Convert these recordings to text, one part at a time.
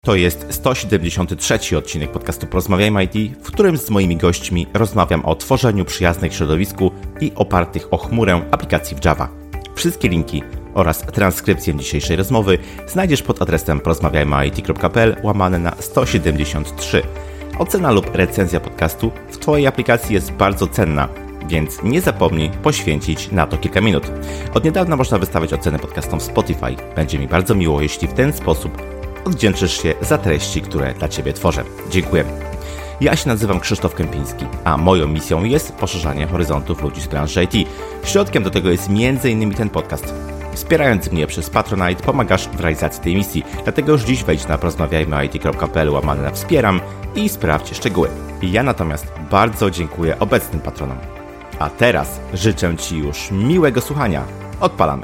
To jest 173. odcinek podcastu Porozmawiajmy IT, w którym z moimi gośćmi rozmawiam o tworzeniu przyjaznych środowisku i opartych o chmurę aplikacji w Java. Wszystkie linki oraz transkrypcję dzisiejszej rozmowy znajdziesz pod adresem porozmawiajmyit.pl/173. Ocena lub recenzja podcastu w Twojej aplikacji jest bardzo cenna, więc nie zapomnij poświęcić na to kilka minut. Od niedawna można wystawiać oceny podcastom w Spotify. Będzie mi bardzo miło, jeśli w ten sposób odwdzięczysz się za treści, które dla Ciebie tworzę. Dziękuję. Ja się nazywam Krzysztof Kępiński, a moją misją jest poszerzanie horyzontów ludzi z branży IT. Środkiem do tego jest m.in. ten podcast. Wspierając mnie przez Patronite pomagasz w realizacji tej misji, dlatego już dziś wejdź na porozmawiajmyit.pl/wspieram i sprawdź szczegóły. Ja natomiast bardzo dziękuję obecnym patronom. A teraz życzę Ci już miłego słuchania. Odpalamy.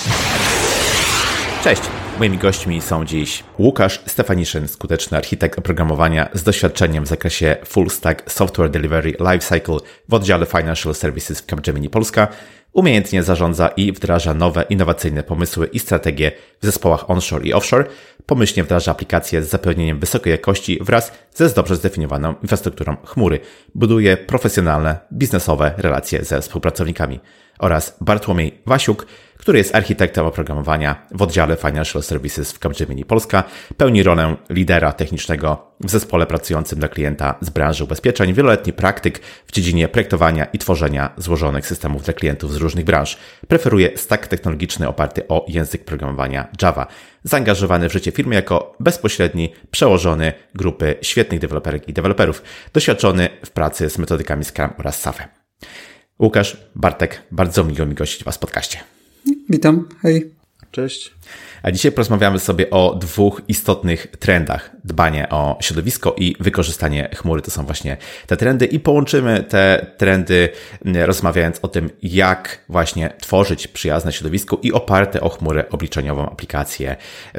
Cześć! Moimi gośćmi są dziś Łukasz Stefaniszyn, skuteczny architekt oprogramowania z doświadczeniem w zakresie Full Stack Software Delivery Lifecycle w oddziale Financial Services w Capgemini Polska. Umiejętnie zarządza i wdraża nowe, innowacyjne pomysły i strategie w zespołach onshore i offshore. Pomyślnie wdraża aplikacje z zapewnieniem wysokiej jakości wraz ze dobrze zdefiniowaną infrastrukturą chmury. Buduje profesjonalne, biznesowe relacje ze współpracownikami. Oraz Bartłomiej Wasiuk, który jest architektem oprogramowania w oddziale Financial Services w Capgemini Polska, pełni rolę lidera technicznego w zespole pracującym dla klienta z branży ubezpieczeń, wieloletni praktyk w dziedzinie projektowania i tworzenia złożonych systemów dla klientów z różnych branż. Preferuje stack technologiczny oparty o język programowania Java. Zaangażowany w życie firmy jako bezpośredni przełożony grupy świetnych deweloperek i deweloperów, doświadczony w pracy z metodykami Scrum oraz SAFe. Łukasz, Bartek, bardzo miło mi gościć Was w podcaście. Witam, hej. Cześć. A dzisiaj porozmawiamy sobie o dwóch istotnych trendach. Dbanie o środowisko i wykorzystanie chmury to są właśnie te trendy i połączymy te trendy rozmawiając o tym, jak właśnie tworzyć przyjazne środowisko i oparte o chmurę obliczeniową aplikację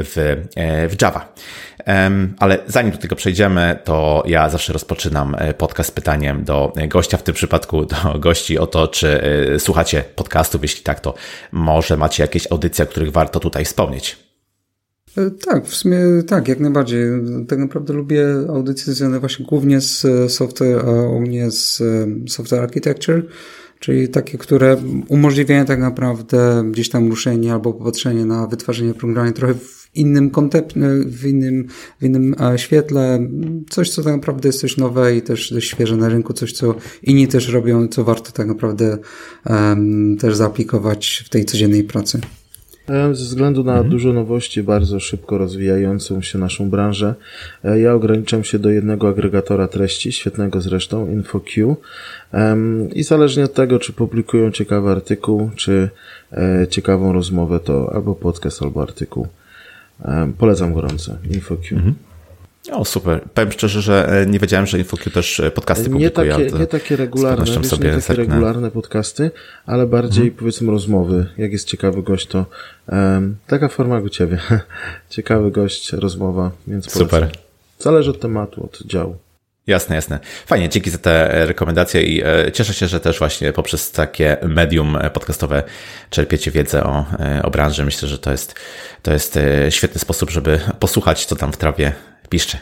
w Java. Ale zanim do tego przejdziemy, to ja zawsze rozpoczynam podcast pytaniem do gościa, w tym przypadku do gości o to, czy słuchacie podcastów, jeśli tak, to może macie jakieś audycje, o których warto tutaj wspomnieć. Tak, w sumie tak, jak najbardziej. Tak naprawdę lubię audycje związane właśnie głównie z software, a u mnie z software architecture, czyli takie, które umożliwiają tak naprawdę gdzieś tam ruszenie albo popatrzenie na wytwarzanie programowania trochę w innym w innym świetle. Coś, co tak naprawdę jest coś nowe i też dość świeże na rynku, coś, co inni też robią, co warto tak naprawdę też zaaplikować w tej codziennej pracy. Ze względu na dużo nowości, bardzo szybko rozwijającą się naszą branżę, ja ograniczam się do jednego agregatora treści, świetnego zresztą, InfoQ, i zależnie od tego, czy publikują ciekawy artykuł, czy ciekawą rozmowę, to albo podcast, albo artykuł. Polecam gorąco, InfoQ. O, super. Powiem szczerze, że nie wiedziałem, że InfoQ też podcasty publikuje. Nie takie regularne podcasty, ale bardziej powiedzmy rozmowy. Jak jest ciekawy gość, to taka forma jak u Ciebie. Ciekawy gość, rozmowa, więc polecam. Super. Zależy od tematu, od działu. Jasne. Fajnie, dzięki za te rekomendacje i cieszę się, że też właśnie poprzez takie medium podcastowe czerpiecie wiedzę o branży. Myślę, że to jest świetny sposób, żeby posłuchać, co tam w trawie piszczy.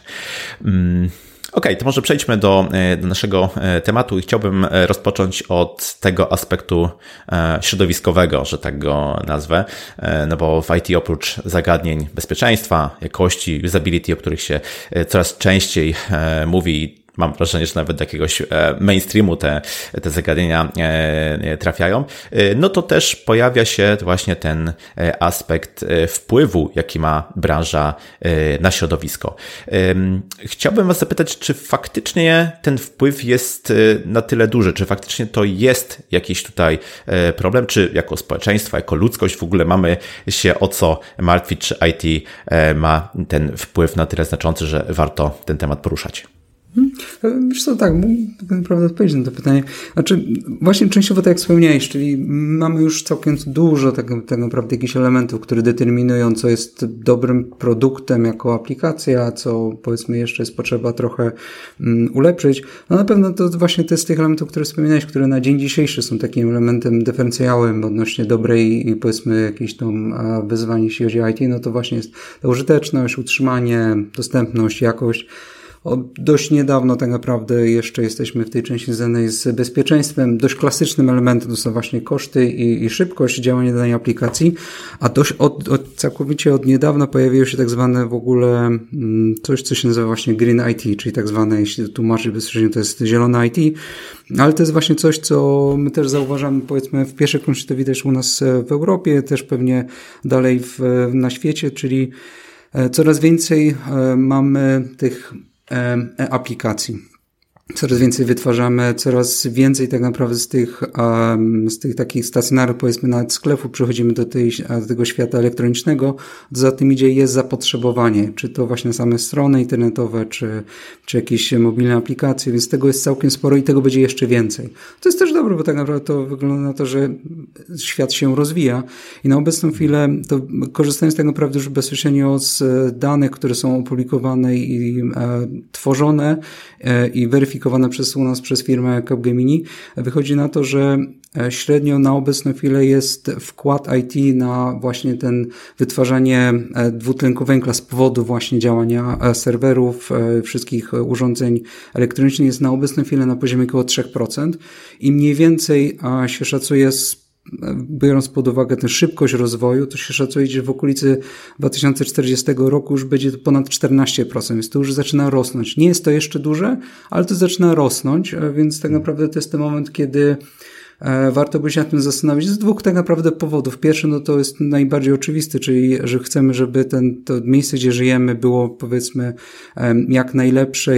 Okej, to może przejdźmy do naszego tematu i chciałbym rozpocząć od tego aspektu środowiskowego, że tak go nazwę, no bo w IT oprócz zagadnień bezpieczeństwa, jakości, usability, o których się coraz częściej mówi, mam wrażenie, że nawet do jakiegoś mainstreamu te zagadnienia trafiają, no to też pojawia się właśnie ten aspekt wpływu, jaki ma branża na środowisko. Chciałbym Was zapytać, czy faktycznie ten wpływ jest na tyle duży, czy faktycznie to jest jakiś tutaj problem, czy jako społeczeństwo, jako ludzkość w ogóle mamy się o co martwić, czy IT ma ten wpływ na tyle znaczący, że warto ten temat poruszać? Wiesz co, tak, mógłbym tak naprawdę odpowiedzieć na to pytanie. Znaczy, właśnie częściowo tak jak wspomniałeś, czyli mamy już całkiem dużo tak naprawdę jakichś elementów, które determinują, co jest dobrym produktem jako aplikacja, co powiedzmy jeszcze jest potrzeba trochę ulepszyć. No na pewno to właśnie to jest tych elementów, które wspominałeś, które na dzień dzisiejszy są takim elementem dyferencjałowym odnośnie dobrej i powiedzmy jakiejś tam wyzwań, jeśli chodzi o IT, no to właśnie jest ta użyteczność, utrzymanie, dostępność, jakość. Dość niedawno tak naprawdę jeszcze jesteśmy w tej części związanej z bezpieczeństwem. Dość klasycznym elementem to są właśnie koszty i szybkość działania danej aplikacji, a dość całkowicie od niedawna pojawiło się tak zwane w ogóle coś, co się nazywa właśnie Green IT, czyli tak zwane, jeśli to tłumaczyć bezpośrednio, to jest zielone IT, ale to jest właśnie coś, co my też zauważamy, powiedzmy w pierwszej kolejności to widać u nas w Europie, też pewnie dalej na świecie, czyli coraz więcej mamy tych aplikacji. Coraz więcej wytwarzamy, coraz więcej tak naprawdę z tych takich stacjonarnych, powiedzmy nawet sklepów przechodzimy do tego świata elektronicznego. Za tym idzie jest zapotrzebowanie, czy to właśnie same strony internetowe, czy jakieś mobilne aplikacje, więc tego jest całkiem sporo i tego będzie jeszcze więcej. To jest też dobre, bo tak naprawdę to wygląda na to, że świat się rozwija i na obecną chwilę to korzystając tak naprawdę już bezpośrednio z danych, które są opublikowane i tworzone i weryfikowane przez firmę Capgemini, wychodzi na to, że średnio na obecną chwilę jest wkład IT na właśnie ten wytwarzanie dwutlenku węgla z powodu właśnie działania serwerów, wszystkich urządzeń elektronicznych jest na obecną chwilę na poziomie około 3% i mniej więcej się szacuje biorąc pod uwagę tę szybkość rozwoju, to się szacuje, że w okolicy 2040 roku już będzie to ponad 14%, więc to już zaczyna rosnąć. Nie jest to jeszcze duże, ale to zaczyna rosnąć, więc tak naprawdę to jest ten moment, kiedy warto by się nad tym zastanowić z dwóch tak naprawdę powodów. Pierwszy, no to jest najbardziej oczywisty, czyli że chcemy, żeby to miejsce, gdzie żyjemy było powiedzmy jak najlepsze,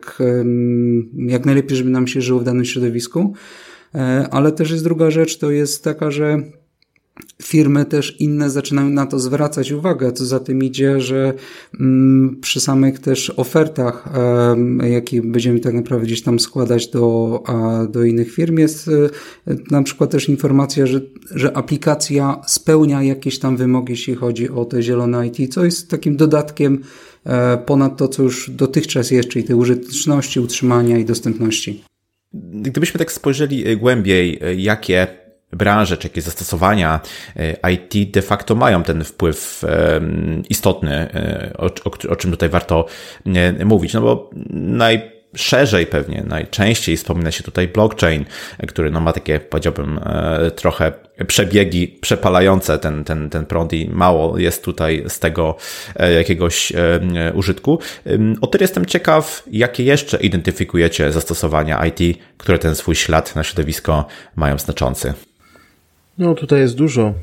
jak najlepiej, żeby nam się żyło w danym środowisku. Ale też jest druga rzecz, to jest taka, że firmy też inne zaczynają na to zwracać uwagę, co za tym idzie, że przy samych też ofertach, jakie będziemy tak naprawdę gdzieś tam składać do innych firm, jest na przykład też informacja, że aplikacja spełnia jakieś tam wymogi, jeśli chodzi o te zielone IT, co jest takim dodatkiem ponad to, co już dotychczas jest, czyli tej użyteczności, utrzymania i dostępności. Gdybyśmy tak spojrzeli głębiej, jakie branże czy jakie zastosowania IT de facto mają ten wpływ istotny, o czym tutaj warto mówić, no bo najszerzej pewnie, najczęściej wspomina się tutaj blockchain, który no ma takie, powiedziałbym, trochę przebiegi przepalające ten prąd i mało jest tutaj z tego jakiegoś użytku. O tyle jestem ciekaw, jakie jeszcze identyfikujecie zastosowania IT, które ten swój ślad na środowisko mają znaczący. No tutaj jest dużo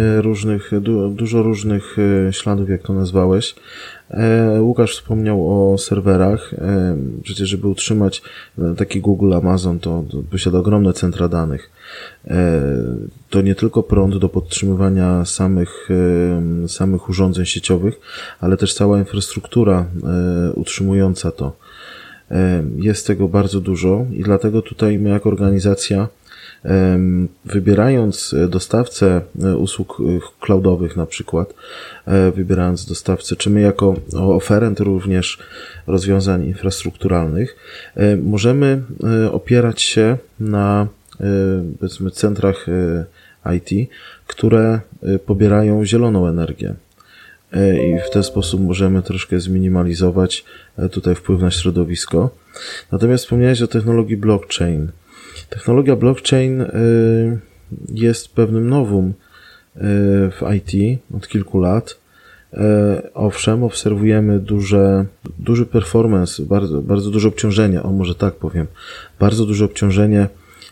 różnych śladów, jak to nazwałeś. Łukasz wspomniał o serwerach. Przecież, żeby utrzymać taki Google, Amazon, to posiada ogromne centra danych. To nie tylko prąd do podtrzymywania samych urządzeń sieciowych, ale też cała infrastruktura utrzymująca to. Jest tego bardzo dużo i dlatego tutaj my jako organizacja, wybierając dostawcę usług cloudowych na przykład, wybierając dostawcę, czy my jako oferent również rozwiązań infrastrukturalnych, możemy opierać się na powiedzmy centrach IT, które pobierają zieloną energię. I w ten sposób możemy troszkę zminimalizować tutaj wpływ na środowisko. Natomiast wspomniałeś o technologii blockchain. Technologia blockchain jest pewnym novum w IT od kilku lat. Owszem, obserwujemy duży performance, bardzo duże obciążenie, może tak powiem, bardzo duże obciążenie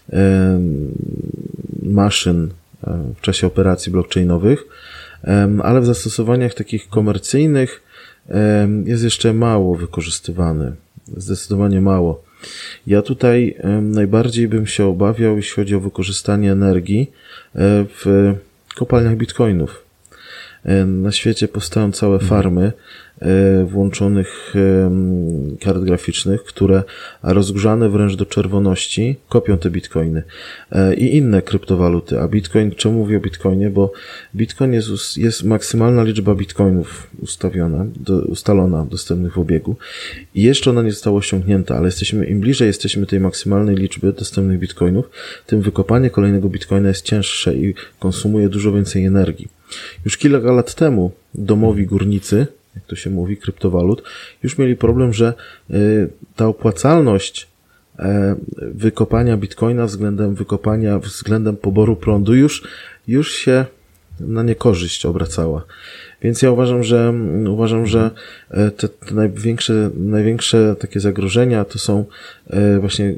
maszyn w czasie operacji blockchainowych, ale w zastosowaniach takich komercyjnych jest jeszcze mało wykorzystywany. Zdecydowanie mało. Ja tutaj najbardziej bym się obawiał, jeśli chodzi o wykorzystanie energii w kopalniach bitcoinów. Na świecie powstają całe farmy włączonych kart graficznych, które rozgrzane wręcz do czerwoności kopią te bitcoiny i inne kryptowaluty. A bitcoin, czemu mówię o bitcoinie? Bo bitcoin jest maksymalna liczba bitcoinów ustalona, dostępnych w obiegu i jeszcze ona nie została osiągnięta, ale im bliżej jesteśmy tej maksymalnej liczby dostępnych bitcoinów, tym wykopanie kolejnego bitcoina jest cięższe i konsumuje dużo więcej energii. Już kilka lat temu domowi górnicy, jak to się mówi, kryptowalut, już mieli problem, że ta opłacalność wykopania bitcoina względem poboru prądu już się na niekorzyść obracała. Więc ja uważam, że te największe takie zagrożenia to są właśnie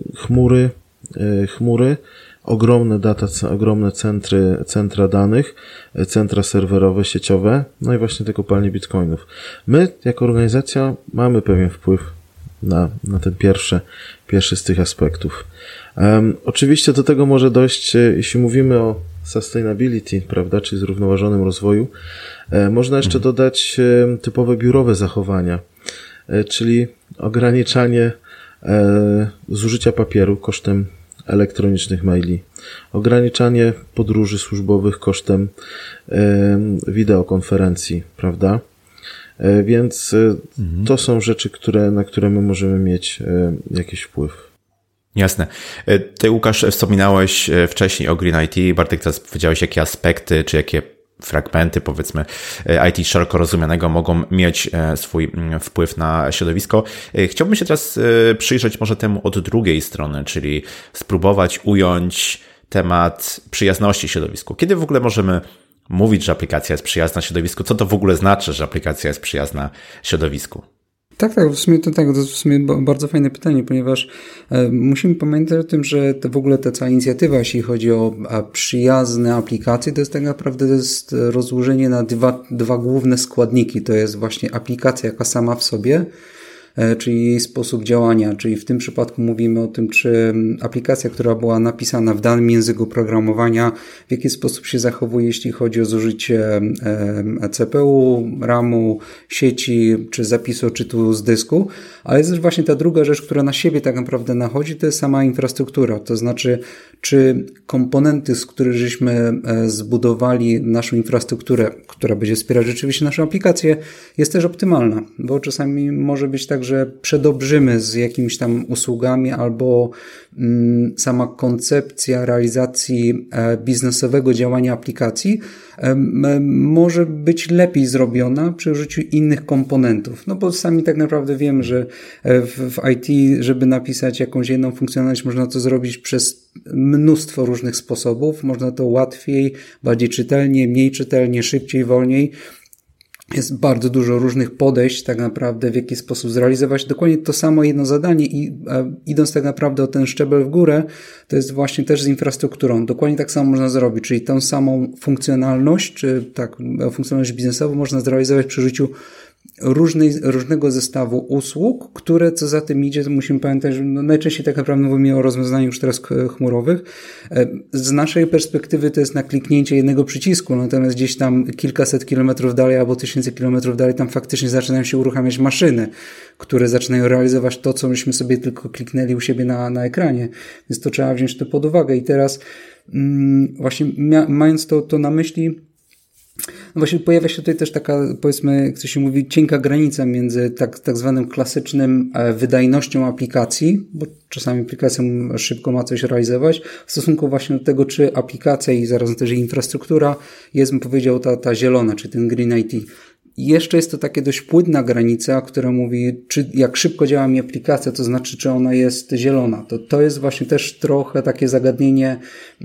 chmury, ogromne centra danych, centra serwerowe, sieciowe, no i właśnie te kopalnie bitcoinów. My, jako organizacja, mamy pewien wpływ na ten pierwszy z tych aspektów. Oczywiście do tego może dojść, jeśli mówimy o sustainability, prawda, czyli zrównoważonym rozwoju, można jeszcze dodać typowe biurowe zachowania, czyli ograniczanie zużycia papieru kosztem elektronicznych maili, ograniczanie podróży służbowych kosztem wideokonferencji, prawda? Więc to są rzeczy, na które my możemy mieć jakiś wpływ. Jasne. Ty, Łukasz, wspominałeś wcześniej o Green IT. Bartek, teraz powiedziałeś, jakie aspekty, czy jakie fragmenty, powiedzmy, IT szeroko rozumianego mogą mieć swój wpływ na środowisko. Chciałbym się teraz przyjrzeć może temu od drugiej strony, czyli spróbować ująć temat przyjazności środowisku. Kiedy w ogóle możemy mówić, że aplikacja jest przyjazna środowisku? Co to w ogóle znaczy, że aplikacja jest przyjazna środowisku? Tak, w sumie to jest w sumie bardzo fajne pytanie, ponieważ musimy pamiętać o tym, że w ogóle ta cała inicjatywa, jeśli chodzi o przyjazne aplikacje, to jest tak naprawdę rozłożenie na dwa główne składniki. To jest właśnie aplikacja jaka sama w sobie, czyli jej sposób działania, czyli w tym przypadku mówimy o tym, czy aplikacja, która była napisana w danym języku programowania, w jaki sposób się zachowuje, jeśli chodzi o zużycie CPU, RAM-u, sieci, czy zapisu odczytu z dysku, ale jest też właśnie ta druga rzecz, która na siebie tak naprawdę nachodzi, to jest sama infrastruktura, to znaczy, czy komponenty, z których żeśmy zbudowali naszą infrastrukturę, która będzie wspierać rzeczywiście naszą aplikację, jest też optymalna, bo czasami może być tak, że przedobrzymy z jakimiś tam usługami albo sama koncepcja realizacji biznesowego działania aplikacji może być lepiej zrobiona przy użyciu innych komponentów. No bo sami tak naprawdę wiemy, że w IT, żeby napisać jakąś jedną funkcjonalność, można to zrobić przez mnóstwo różnych sposobów. Można to łatwiej, bardziej czytelnie, mniej czytelnie, szybciej, wolniej. Jest bardzo dużo różnych podejść tak naprawdę, w jaki sposób zrealizować dokładnie to samo jedno zadanie i idąc tak naprawdę o ten szczebel w górę, to jest właśnie też z infrastrukturą. Dokładnie tak samo można zrobić, czyli tą samą funkcjonalność, czy tak, funkcjonalność biznesową można zrealizować przy użyciu różnego zestawu usług, które co za tym idzie, to musimy pamiętać, że najczęściej tak naprawdę mówimy o rozwiązaniach już teraz chmurowych. Z naszej perspektywy to jest na kliknięcie jednego przycisku, natomiast gdzieś tam kilkaset kilometrów dalej albo tysięcy kilometrów dalej tam faktycznie zaczynają się uruchamiać maszyny, które zaczynają realizować to, co myśmy sobie tylko kliknęli u siebie na ekranie. Więc to trzeba wziąć to pod uwagę. I teraz właśnie mając to na myśli, no właśnie pojawia się tutaj też taka, powiedzmy, jak to się mówi, cienka granica między tak zwanym klasycznym wydajnością aplikacji, bo czasami aplikacja szybko ma coś realizować, w stosunku właśnie do tego, czy aplikacja i zarazem też jej infrastruktura jest, bym powiedział, ta zielona, czy ten Green IT. I jeszcze jest to takie dość płynna granica, która mówi, czy jak szybko działa mi aplikacja, to znaczy, czy ona jest zielona. To jest właśnie też trochę takie zagadnienie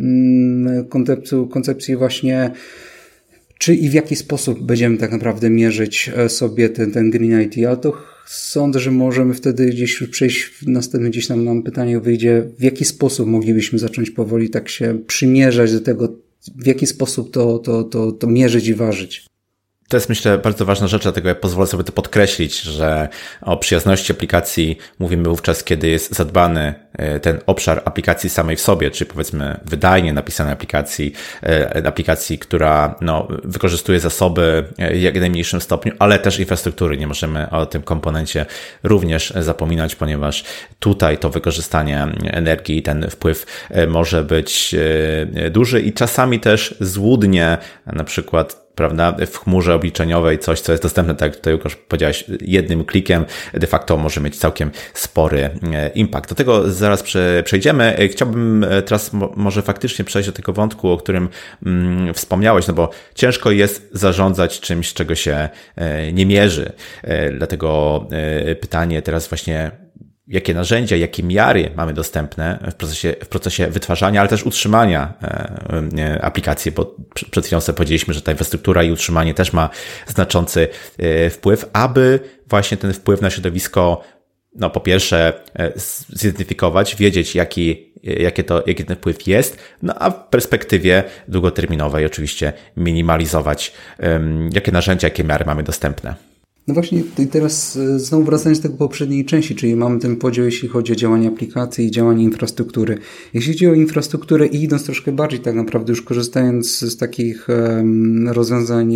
koncepcji właśnie, czy i w jaki sposób będziemy tak naprawdę mierzyć sobie ten Green IT, ale to sądzę, że możemy wtedy gdzieś przejść, następnie gdzieś nam pytanie wyjdzie, w jaki sposób moglibyśmy zacząć powoli tak się przymierzać do tego, w jaki sposób to mierzyć i ważyć. To jest, myślę, bardzo ważna rzecz, dlatego ja pozwolę sobie to podkreślić, że o przyjazności aplikacji mówimy wówczas, kiedy jest zadbany ten obszar aplikacji samej w sobie, czyli powiedzmy wydajnie napisanej aplikacji, która wykorzystuje zasoby w jak najmniejszym stopniu, ale też infrastruktury. Nie możemy o tym komponencie również zapominać, ponieważ tutaj to wykorzystanie energii, ten wpływ może być duży i czasami też złudnie, na przykład prawda, w chmurze obliczeniowej coś, co jest dostępne, tak jak tutaj Łukasz powiedziałeś, jednym klikiem de facto może mieć całkiem spory impact. Do tego zaraz przejdziemy. Chciałbym teraz może faktycznie przejść do tego wątku, o którym wspomniałeś, no bo ciężko jest zarządzać czymś, czego się nie mierzy. Dlatego pytanie teraz właśnie, jakie narzędzia, jakie miary mamy dostępne w procesie wytwarzania, ale też utrzymania aplikacji, bo przed chwilą sobie powiedzieliśmy, że ta infrastruktura i utrzymanie też ma znaczący wpływ, aby właśnie ten wpływ na środowisko, po pierwsze zidentyfikować, wiedzieć jaki ten wpływ jest, a w perspektywie długoterminowej oczywiście minimalizować, jakie narzędzia, jakie miary mamy dostępne. No właśnie i teraz znowu wracając do tego poprzedniej części, czyli mamy ten podział, jeśli chodzi o działanie aplikacji i działanie infrastruktury. Jeśli chodzi o infrastrukturę i idąc troszkę bardziej tak naprawdę już korzystając z takich rozwiązań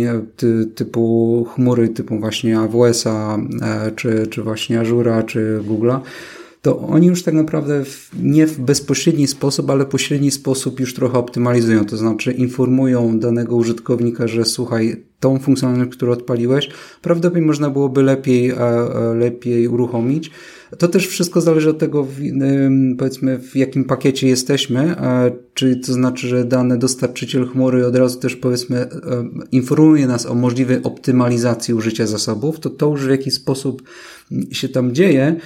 typu chmury, typu właśnie AWS-a, czy właśnie Azure'a, czy Google'a, to oni już tak naprawdę nie w bezpośredni sposób, ale pośredni sposób już trochę optymalizują. To znaczy informują danego użytkownika, że słuchaj, tą funkcjonalność, którą odpaliłeś, prawdopodobnie można byłoby lepiej uruchomić. To też wszystko zależy od tego, powiedzmy, w jakim pakiecie jesteśmy, czy to znaczy, że dany dostarczyciel chmury od razu też, powiedzmy, informuje nas o możliwej optymalizacji użycia zasobów, to już w jakiś sposób się tam dzieje.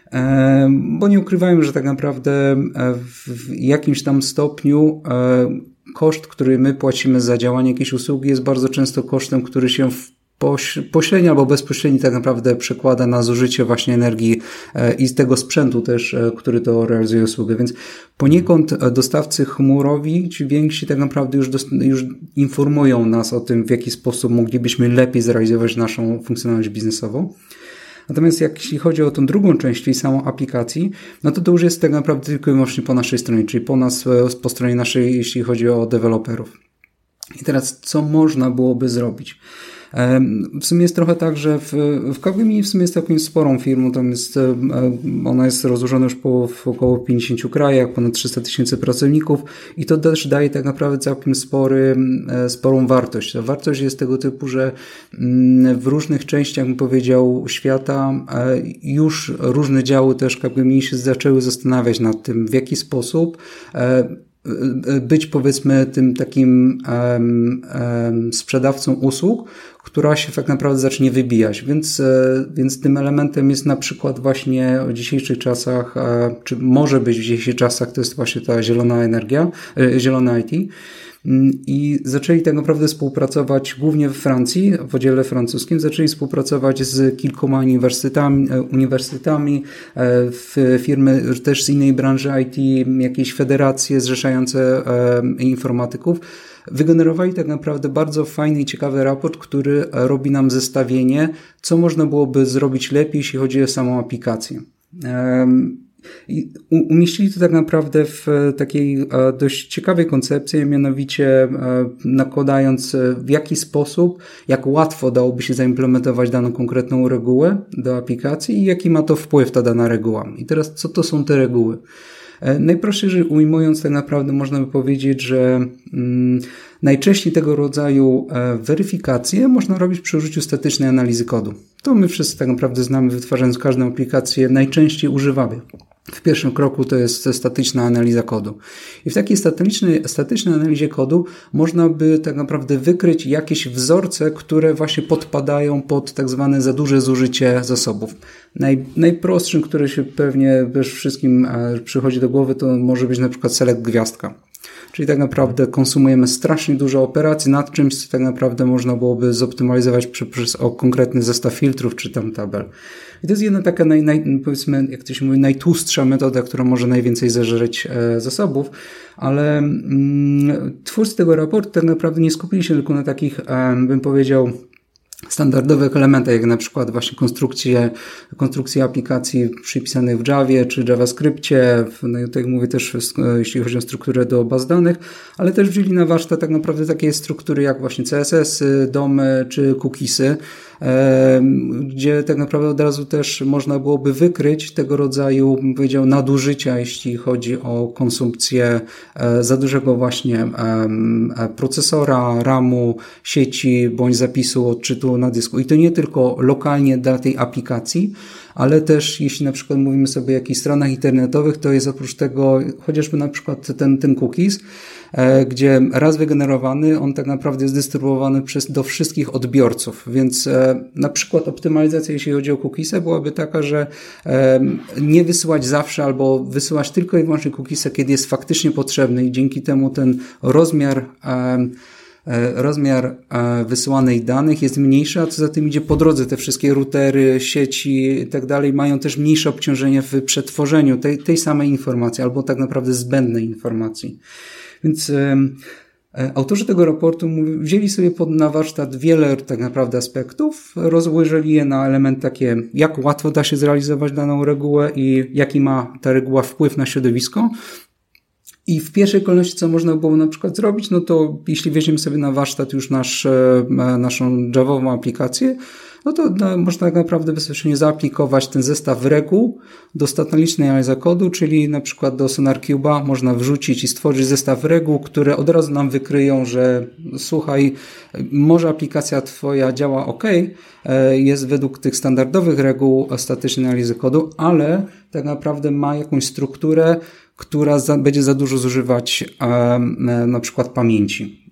Bo nie ukrywajmy, że tak naprawdę w jakimś tam stopniu koszt, który my płacimy za działanie jakiejś usługi jest bardzo często kosztem, który się pośrednio albo bezpośrednio tak naprawdę przekłada na zużycie właśnie energii i z tego sprzętu też, który to realizuje usługę. Więc poniekąd dostawcy chmurowi, ci więksi tak naprawdę już informują nas o tym, w jaki sposób moglibyśmy lepiej zrealizować naszą funkcjonalność biznesową. Natomiast jeśli chodzi o tą drugą część, czyli samą aplikacji, to już jest tak naprawdę tylko i wyłącznie po naszej stronie, czyli po stronie naszej, jeśli chodzi o deweloperów. I teraz, co można byłoby zrobić? W sumie jest trochę tak, że w Capgemini w sumie jest całkiem sporą firmą, ona jest rozłożona już w około 50 krajach, ponad 300 000 pracowników i to też daje tak naprawdę całkiem sporą wartość. Ta wartość jest tego typu, że w różnych częściach, bym powiedział, świata już różne działy też Capgemini się zaczęły zastanawiać nad tym, w jaki sposób być, powiedzmy, tym takim sprzedawcą usług, która się tak naprawdę zacznie wybijać. Więc tym elementem jest na przykład właśnie w dzisiejszych czasach, czy może być w dzisiejszych czasach, to jest właśnie ta zielona energia, zielone IT. I zaczęli tak naprawdę współpracować głównie we Francji, w oddziale francuskim, zaczęli współpracować z kilkoma uniwersytetami, firmy też z innej branży IT, jakieś federacje zrzeszające informatyków. Wygenerowali tak naprawdę bardzo fajny i ciekawy raport, który robi nam zestawienie, co można byłoby zrobić lepiej, jeśli chodzi o samą aplikację. I umieścili to tak naprawdę w takiej dość ciekawej koncepcji, mianowicie nakładając w jaki sposób, jak łatwo dałoby się zaimplementować daną konkretną regułę do aplikacji i jaki ma to wpływ ta dana reguła. I teraz co to są te reguły? Najprościej ujmując, tak naprawdę można by powiedzieć, że najczęściej tego rodzaju weryfikacje można robić przy użyciu statycznej analizy kodu. To my wszyscy tak naprawdę znamy, wytwarzając każdą aplikację, najczęściej używamy. W pierwszym kroku to jest statyczna analiza kodu. I w takiej statycznej analizie kodu można by tak naprawdę wykryć jakieś wzorce, które właśnie podpadają pod tak zwane za duże zużycie zasobów. Najprostszym, który się pewnie też wszystkim przychodzi do głowy, to może być na przykład select gwiazdka. Czyli tak naprawdę konsumujemy strasznie dużo operacji nad czymś, co tak naprawdę można byłoby zoptymalizować przez konkretny zestaw filtrów czy tam tabel. I to jest jedna taka, powiedzmy, jak to się mówi, najtłustsza metoda, która może najwięcej zażreć zasobów, ale twórcy tego raportu tak naprawdę nie skupili się tylko na takich, bym powiedział, standardowych elementach, jak na przykład właśnie konstrukcje aplikacji przypisanych w Javie czy JavaScriptie, no tak jak mówię też jeśli chodzi o strukturę do baz danych, ale też wzięli na warsztat tak naprawdę takie struktury jak właśnie CSS-y, DOM-y czy cookiesy, gdzie tak naprawdę od razu też można byłoby wykryć tego rodzaju, bym powiedział, nadużycia, jeśli chodzi o konsumpcję za dużego właśnie procesora, RAM-u, sieci bądź zapisu odczytu na dysku. I to nie tylko lokalnie dla tej aplikacji, ale też jeśli na przykład mówimy sobie o jakichś stronach internetowych, to jest oprócz tego chociażby na przykład ten cookies, gdzie raz wygenerowany, on tak naprawdę jest dystrybuowany do wszystkich odbiorców, więc na przykład optymalizacja, jeśli chodzi o cookiesy, byłaby taka, że nie wysyłać zawsze albo wysyłać tylko i wyłącznie cookiesa, kiedy jest faktycznie potrzebny i dzięki temu ten rozmiar wysyłanych danych jest mniejszy, a co za tym idzie po drodze te wszystkie routery, sieci i tak dalej mają też mniejsze obciążenie w przetworzeniu tej samej informacji albo tak naprawdę zbędnej informacji. Więc autorzy tego raportu wzięli sobie na warsztat wiele tak naprawdę aspektów, rozłożyli je na elementy takie, jak łatwo da się zrealizować daną regułę i jaki ma ta reguła wpływ na środowisko. I w pierwszej kolejności, co można było na przykład zrobić, no to jeśli weźmiemy sobie na warsztat już naszą Javową aplikację, no to można tak naprawdę bezpośrednio zaaplikować ten zestaw reguł do statycznej analizy kodu, czyli na przykład do SonarQube'a można wrzucić i stworzyć zestaw reguł, które od razu nam wykryją, że słuchaj, może aplikacja twoja działa ok, jest według tych standardowych reguł statycznej analizy kodu, ale tak naprawdę ma jakąś strukturę, która będzie za dużo zużywać na przykład pamięci.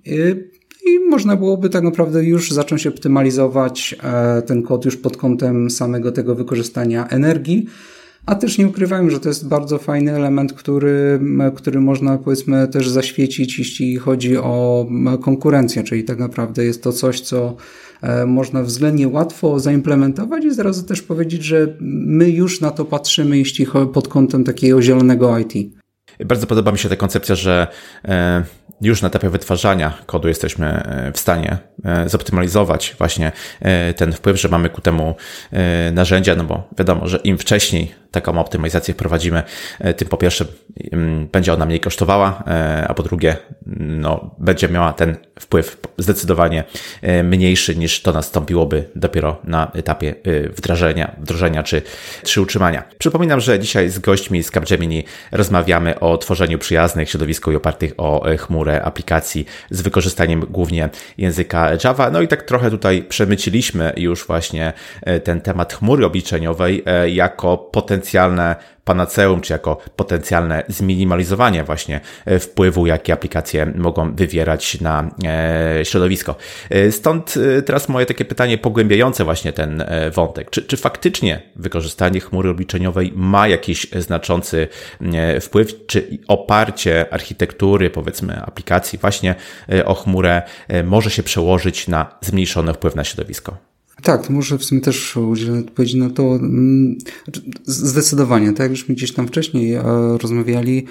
I można byłoby tak naprawdę już zacząć optymalizować ten kod już pod kątem samego tego wykorzystania energii, a też nie ukrywajmy, że to jest bardzo fajny element, który można powiedzmy też zaświecić, jeśli chodzi o konkurencję, czyli tak naprawdę jest to coś, co można względnie łatwo zaimplementować i zaraz też powiedzieć, że my już na to patrzymy, jeśli chodzi pod kątem takiego zielonego IT. Bardzo podoba mi się ta koncepcja, że już na etapie wytwarzania kodu jesteśmy w stanie zoptymalizować właśnie ten wpływ, że mamy ku temu narzędzia, no bo wiadomo, że im wcześniej taką optymalizację wprowadzimy, tym po pierwsze będzie ona mniej kosztowała, a po drugie no, będzie miała ten wpływ zdecydowanie mniejszy niż to nastąpiłoby dopiero na etapie wdrożenia czy utrzymania. Przypominam, że dzisiaj z gośćmi z Capgemini rozmawiamy o tworzeniu przyjaznych środowisku i opartych o chmurę aplikacji z wykorzystaniem głównie języka Java. No i tak trochę tutaj przemyciliśmy już właśnie ten temat chmury obliczeniowej jako potencjalne panaceum, czy jako potencjalne zminimalizowanie właśnie wpływu, jaki aplikacje mogą wywierać na środowisko. Stąd teraz moje takie pytanie pogłębiające właśnie ten wątek. Czy faktycznie wykorzystanie chmury obliczeniowej ma jakiś znaczący wpływ, czy oparcie architektury, powiedzmy aplikacji właśnie o chmurę może się przełożyć na zmniejszony wpływ na środowisko? Tak, to może w sumie też udzielę odpowiedzi na to. Zdecydowanie, tak jak żeśmy gdzieś tam wcześniej rozmawiali,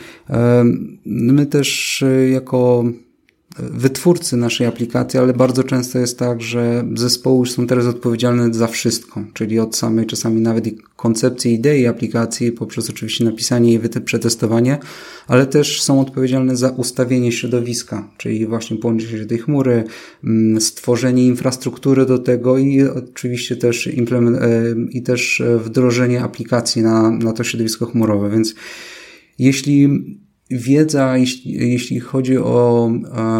my też jako wytwórcy naszej aplikacji, ale bardzo często jest tak, że zespoły już są teraz odpowiedzialne za wszystko, czyli od samej czasami nawet i koncepcji, idei aplikacji, poprzez oczywiście napisanie i przetestowanie, ale też są odpowiedzialne za ustawienie środowiska, czyli właśnie połączenie tej chmury, stworzenie infrastruktury do tego i oczywiście też też wdrożenie aplikacji na to środowisko chmurowe, więc jeśli chodzi o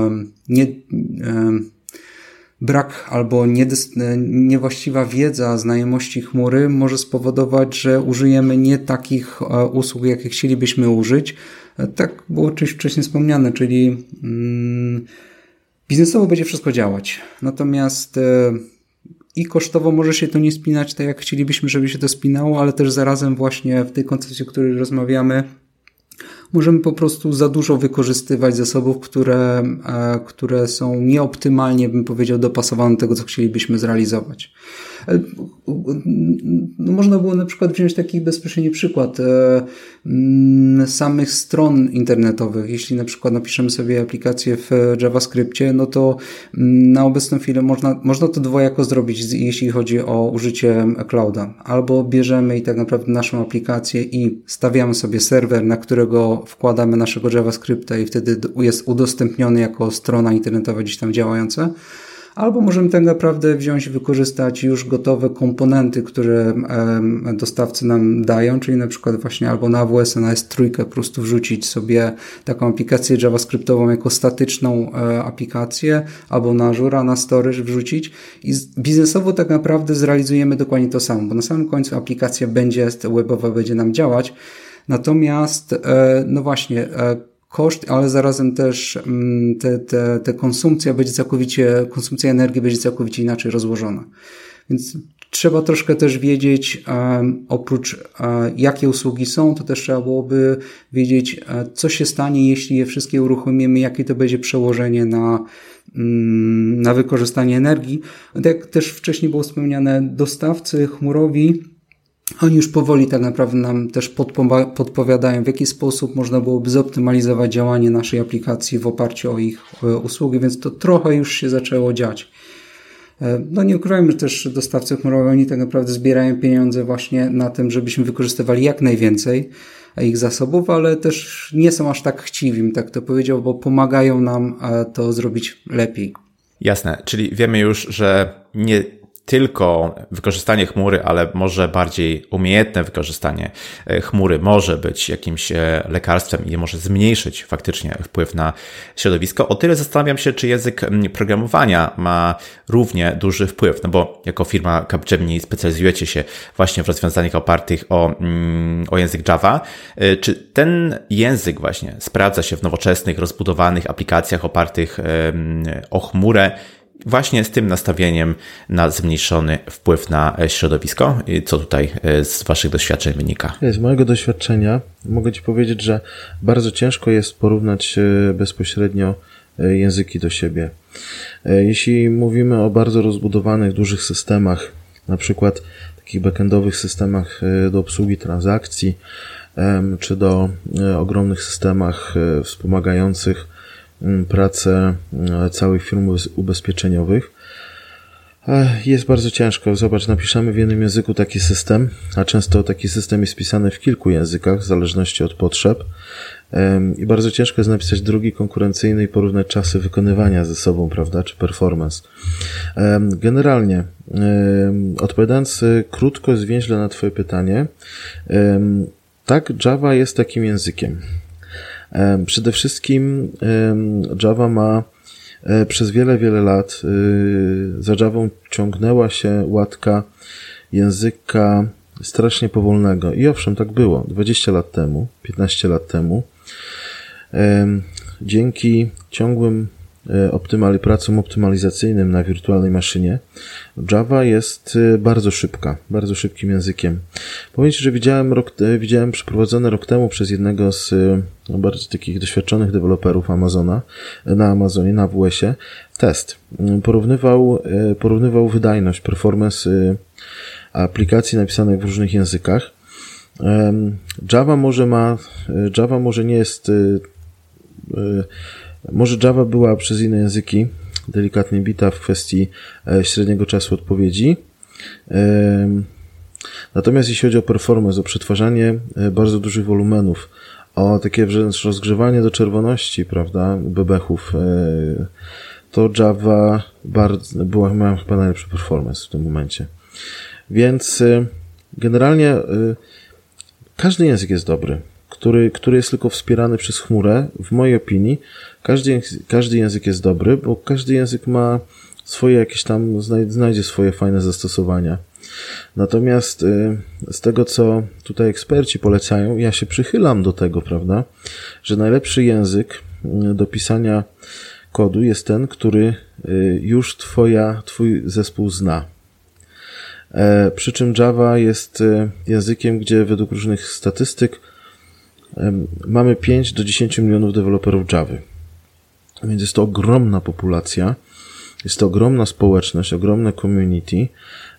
brak albo niewłaściwa wiedza, znajomości chmury może spowodować, że użyjemy nie takich usług, jakie chcielibyśmy użyć. Tak było wcześniej wspomniane, czyli biznesowo będzie wszystko działać. Natomiast i kosztowo może się to nie spinać tak, jak chcielibyśmy, żeby się to spinało, ale też zarazem właśnie w tej koncepcji, o której rozmawiamy, możemy po prostu za dużo wykorzystywać zasobów, które są nieoptymalnie, bym powiedział, dopasowane do tego, co chcielibyśmy zrealizować. No, można było na przykład wziąć taki bezpośredni przykład samych stron internetowych. Jeśli na przykład napiszemy sobie aplikację w JavaScriptie, no to na obecną chwilę można to dwojako zrobić, jeśli chodzi o użycie clouda. Albo bierzemy i tak naprawdę naszą aplikację i stawiamy sobie serwer, na którego wkładamy naszego JavaScripta i wtedy jest udostępniony jako strona internetowa gdzieś tam działająca. Albo możemy tak naprawdę wziąć i wykorzystać już gotowe komponenty, które dostawcy nam dają, czyli na przykład właśnie albo na AWS, na S3 po prostu wrzucić sobie taką aplikację JavaScriptową jako statyczną aplikację, albo na Azure, na Storage wrzucić i biznesowo tak naprawdę zrealizujemy dokładnie to samo, bo na samym końcu aplikacja webowa będzie nam działać, natomiast no właśnie koszt, ale zarazem też konsumpcja energii będzie całkowicie inaczej rozłożona. Więc trzeba troszkę też wiedzieć, oprócz jakie usługi są, to też trzeba byłoby wiedzieć, co się stanie, jeśli je wszystkie uruchomimy, jakie to będzie przełożenie na wykorzystanie energii. Tak jak też wcześniej było wspomniane, dostawcy chmurowi, oni już powoli tak naprawdę nam też podpowiadają, w jaki sposób można byłoby zoptymalizować działanie naszej aplikacji w oparciu o ich usługi, więc to trochę już się zaczęło dziać. No nie ukrywajmy, że też dostawcy chmurowi, oni tak naprawdę zbierają pieniądze właśnie na tym, żebyśmy wykorzystywali jak najwięcej ich zasobów, ale też nie są aż tak chciwi, tak to powiedział, bo pomagają nam to zrobić lepiej. Jasne, czyli wiemy już, że nie tylko wykorzystanie chmury, ale może bardziej umiejętne wykorzystanie chmury może być jakimś lekarstwem i może zmniejszyć faktycznie wpływ na środowisko. O tyle zastanawiam się, czy język programowania ma równie duży wpływ, no bo jako firma Capgemini specjalizujecie się właśnie w rozwiązaniach opartych o język Java. Czy ten język właśnie sprawdza się w nowoczesnych, rozbudowanych aplikacjach opartych o chmurę, właśnie z tym nastawieniem na zmniejszony wpływ na środowisko? Co tutaj z waszych doświadczeń wynika? Z mojego doświadczenia mogę ci powiedzieć, że bardzo ciężko jest porównać bezpośrednio języki do siebie. Jeśli mówimy o bardzo rozbudowanych, dużych systemach, na przykład takich backendowych systemach do obsługi transakcji, czy do ogromnych systemach wspomagających pracę całych firm ubezpieczeniowych, jest bardzo ciężko. Zobacz, napiszemy w jednym języku taki system, a często taki system jest pisany w kilku językach, w zależności od potrzeb, i bardzo ciężko jest napisać drugi konkurencyjny i porównać czasy wykonywania ze sobą, prawda, czy performance. Generalnie, odpowiadając krótko, zwięźle na twoje pytanie, tak, Java jest takim językiem. Przede wszystkim Java ma przez wiele, wiele lat, za Javą ciągnęła się łatka języka strasznie powolnego. I owszem, tak było 20 lat temu, 15 lat temu. Dzięki ciągłym pracom optymalizacyjnym na wirtualnej maszynie Java jest bardzo szybka, bardzo szybkim językiem. Powiem ci, że widziałem przeprowadzony rok temu przez jednego z bardzo takich doświadczonych deweloperów na Amazonie, na AWS-ie, test. Porównywał wydajność, performance aplikacji napisanych w różnych językach. Java może nie jest może Java była przez inne języki delikatnie bita w kwestii średniego czasu odpowiedzi. Natomiast jeśli chodzi o performance, o przetwarzanie bardzo dużych wolumenów, o takie wręcz rozgrzewanie do czerwoności, prawda, bebechów, to Java miała chyba najlepszy performance w tym momencie. Więc generalnie każdy język jest dobry, który jest tylko wspierany przez chmurę. W mojej opinii każdy język jest dobry, bo każdy język ma swoje jakieś tam, znajdzie swoje fajne zastosowania. Natomiast z tego, co tutaj eksperci polecają, ja się przychylam do tego, prawda, że najlepszy język do pisania kodu jest ten, który już twój zespół zna. Przy czym Java jest językiem, gdzie według różnych statystyk mamy 5 do 10 milionów deweloperów Java. Więc jest to ogromna populacja, jest to ogromna społeczność, ogromne community,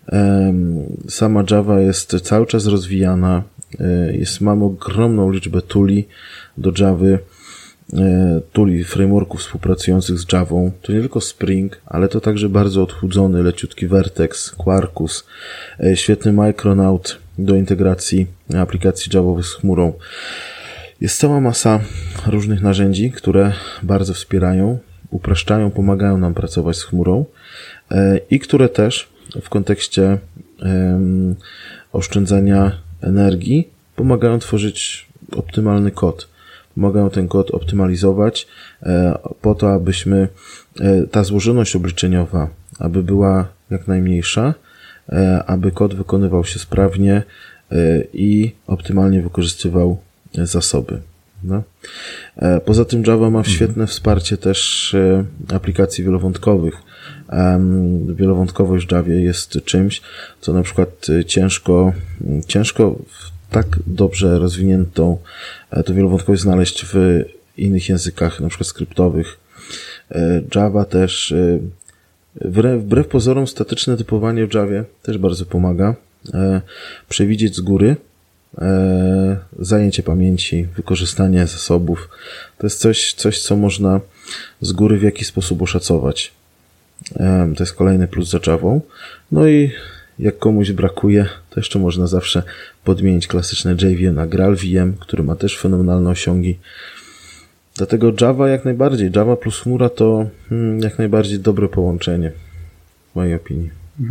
Sama Java jest cały czas rozwijana. Mamy ogromną liczbę tooli do Javy, tooli, frameworków współpracujących z Javą. To nie tylko Spring, ale to także bardzo odchudzony, leciutki Vertex, Quarkus, świetny Micronaut do integracji aplikacji javowych z chmurą. Jest cała masa różnych narzędzi, które bardzo wspierają, upraszczają, pomagają nam pracować z chmurą i które też w kontekście oszczędzania energii pomagają tworzyć optymalny kod. Pomagają ten kod optymalizować po to, abyśmy ta złożoność obliczeniowa, aby była jak najmniejsza, aby kod wykonywał się sprawnie i optymalnie wykorzystywał zasoby. No. Poza tym Java ma świetne wsparcie też aplikacji wielowątkowych. Wielowątkowość w Javie jest czymś, co na przykład ciężko w tak dobrze rozwiniętą to wielowątkowość znaleźć w innych językach, na przykład skryptowych. Java też, wbrew pozorom, statyczne typowanie w Javie też bardzo pomaga. Przewidzieć z góry zajęcie pamięci, wykorzystanie zasobów. To jest coś, co można z góry w jakiś sposób oszacować. To jest kolejny plus za Javą. No i jak komuś brakuje, to jeszcze można zawsze podmienić klasyczne JVM na GraalVM, który ma też fenomenalne osiągi. Dlatego Java jak najbardziej. Java plus chmura to jak najbardziej dobre połączenie, w mojej opinii.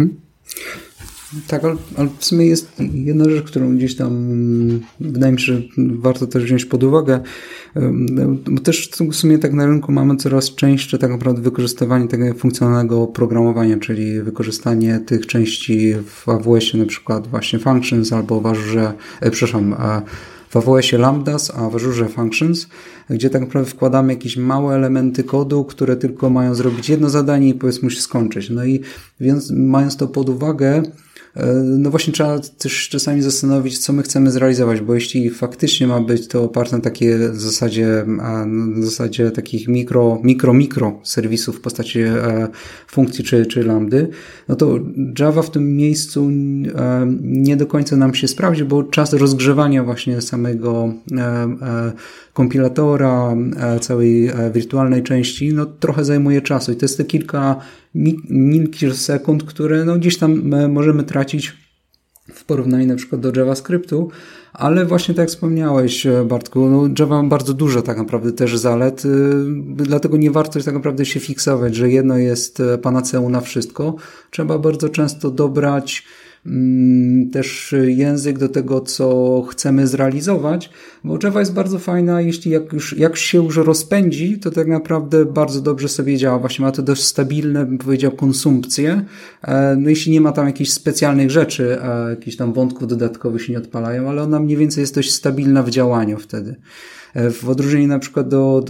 Tak, ale w sumie jest jedna rzecz, którą gdzieś tam wydaje mi się, że warto też wziąć pod uwagę, bo też w sumie tak na rynku mamy coraz częstsze tak naprawdę wykorzystywanie tego funkcjonalnego oprogramowania, czyli wykorzystanie tych części w AWS-ie, na przykład właśnie functions albo w Azure, w AWS-ie Lambdas, a w Azure Functions, gdzie tak naprawdę wkładamy jakieś małe elementy kodu, które tylko mają zrobić jedno zadanie i powiedzmy się skończyć. No i więc mając to pod uwagę, no właśnie trzeba też czasami zastanowić, co my chcemy zrealizować, bo jeśli faktycznie ma być to oparte na takiej zasadzie takich mikro serwisów w postaci funkcji czy lambdy, no to Java w tym miejscu nie do końca nam się sprawdzi, bo czas rozgrzewania właśnie samego kompilatora, całej wirtualnej części, no trochę zajmuje czasu i to jest te kilka milisekund, które no gdzieś tam możemy tracić w porównaniu na przykład do JavaScriptu, ale właśnie tak jak wspomniałeś, Bartku, no Java ma bardzo dużo tak naprawdę też zalet, dlatego nie warto tak naprawdę się fiksować, że jedno jest panaceum na wszystko. Trzeba bardzo często dobrać też język do tego, co chcemy zrealizować, bo Java jest bardzo fajna, jeśli jak się już rozpędzi, to tak naprawdę bardzo dobrze sobie działa. Właśnie ma to dość stabilne, bym powiedział, konsumpcje. No jeśli nie ma tam jakichś specjalnych rzeczy, jakichś tam wątków dodatkowych się nie odpalają, ale ona mniej więcej jest dość stabilna w działaniu wtedy. W odróżnieniu na przykład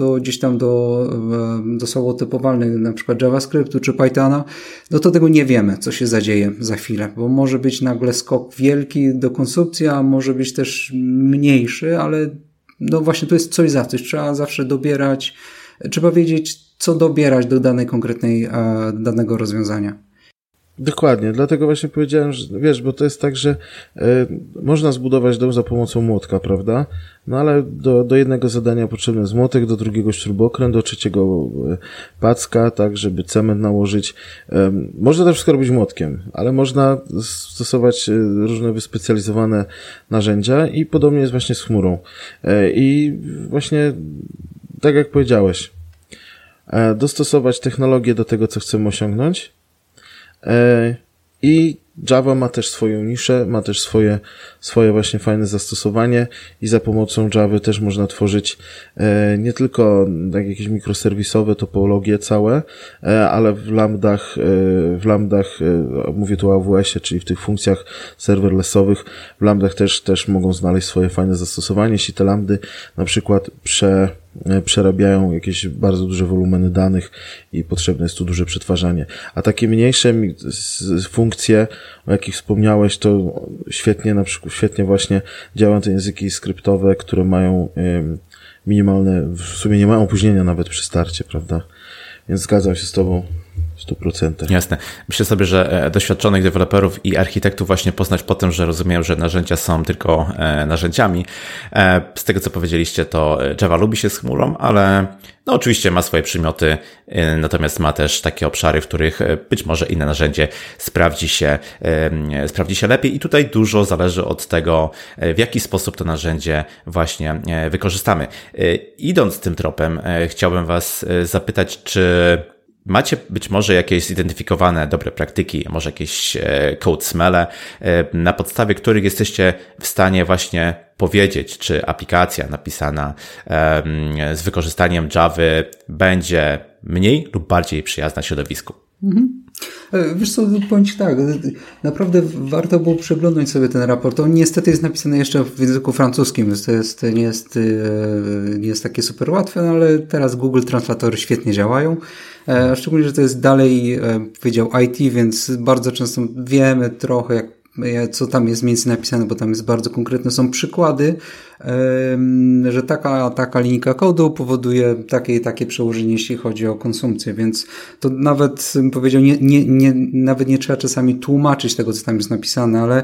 do słowo typowalnych, na przykład JavaScriptu czy Pythona, no to tego nie wiemy, co się zadzieje za chwilę, bo może być nagle skok wielki do konsumpcji, a może być też mniejszy, ale no właśnie to jest coś za coś. Trzeba zawsze dobierać, trzeba wiedzieć, co dobierać do danego rozwiązania. Dokładnie, dlatego właśnie powiedziałem, że wiesz, bo to jest tak, że można zbudować dom za pomocą młotka, prawda? No ale do jednego zadania potrzebny jest młotek, do drugiego śrubokręt, do trzeciego packa, tak, żeby cement nałożyć. Można to wszystko robić młotkiem, ale można stosować różne wyspecjalizowane narzędzia i podobnie jest właśnie z chmurą. I właśnie tak jak powiedziałeś, dostosować technologię do tego, co chcemy osiągnąć. I Java ma też swoją niszę, ma też swoje właśnie fajne zastosowanie i za pomocą Javy też można tworzyć nie tylko tak jakieś mikroserwisowe topologie całe, ale w lambdach, mówię tu o AWS-ie, czyli w tych funkcjach serverlessowych, w lambdach też mogą znaleźć swoje fajne zastosowanie, jeśli te lambdy na przykład przerabiają jakieś bardzo duże wolumeny danych i potrzebne jest tu duże przetwarzanie. A takie mniejsze funkcje, o jakich wspomniałeś, to świetnie właśnie działają te języki skryptowe, które mają minimalne, w sumie nie mają opóźnienia nawet przy starcie, prawda? Więc zgadzam się z tobą. 100%. Jasne. Myślę sobie, że doświadczonych deweloperów i architektów właśnie poznać po tym, że rozumieją, że narzędzia są tylko narzędziami. Z tego, co powiedzieliście, to Java lubi się z chmurą, ale no oczywiście ma swoje przymioty, natomiast ma też takie obszary, w których być może inne narzędzie sprawdzi się lepiej i tutaj dużo zależy od tego, w jaki sposób to narzędzie właśnie wykorzystamy. Idąc tym tropem, chciałbym Was zapytać, czy macie być może jakieś zidentyfikowane dobre praktyki, może jakieś code smelle, na podstawie których jesteście w stanie właśnie powiedzieć, czy aplikacja napisana z wykorzystaniem Java będzie mniej lub bardziej przyjazna środowisku? Wiesz co, powiem Ci tak, naprawdę warto było przeglądać sobie ten raport. On niestety jest napisany jeszcze w języku francuskim, więc to nie jest takie super łatwe, no ale teraz Google Translatory świetnie działają. Szczególnie, że to jest dalej wydział IT, więc bardzo często wiemy trochę, co tam jest mniej więcej napisane, bo tam jest bardzo konkretne, są przykłady, że taka linijka kodu powoduje takie i takie przełożenie, jeśli chodzi o konsumpcję, więc to nawet, bym powiedział, nawet nie trzeba czasami tłumaczyć tego, co tam jest napisane, ale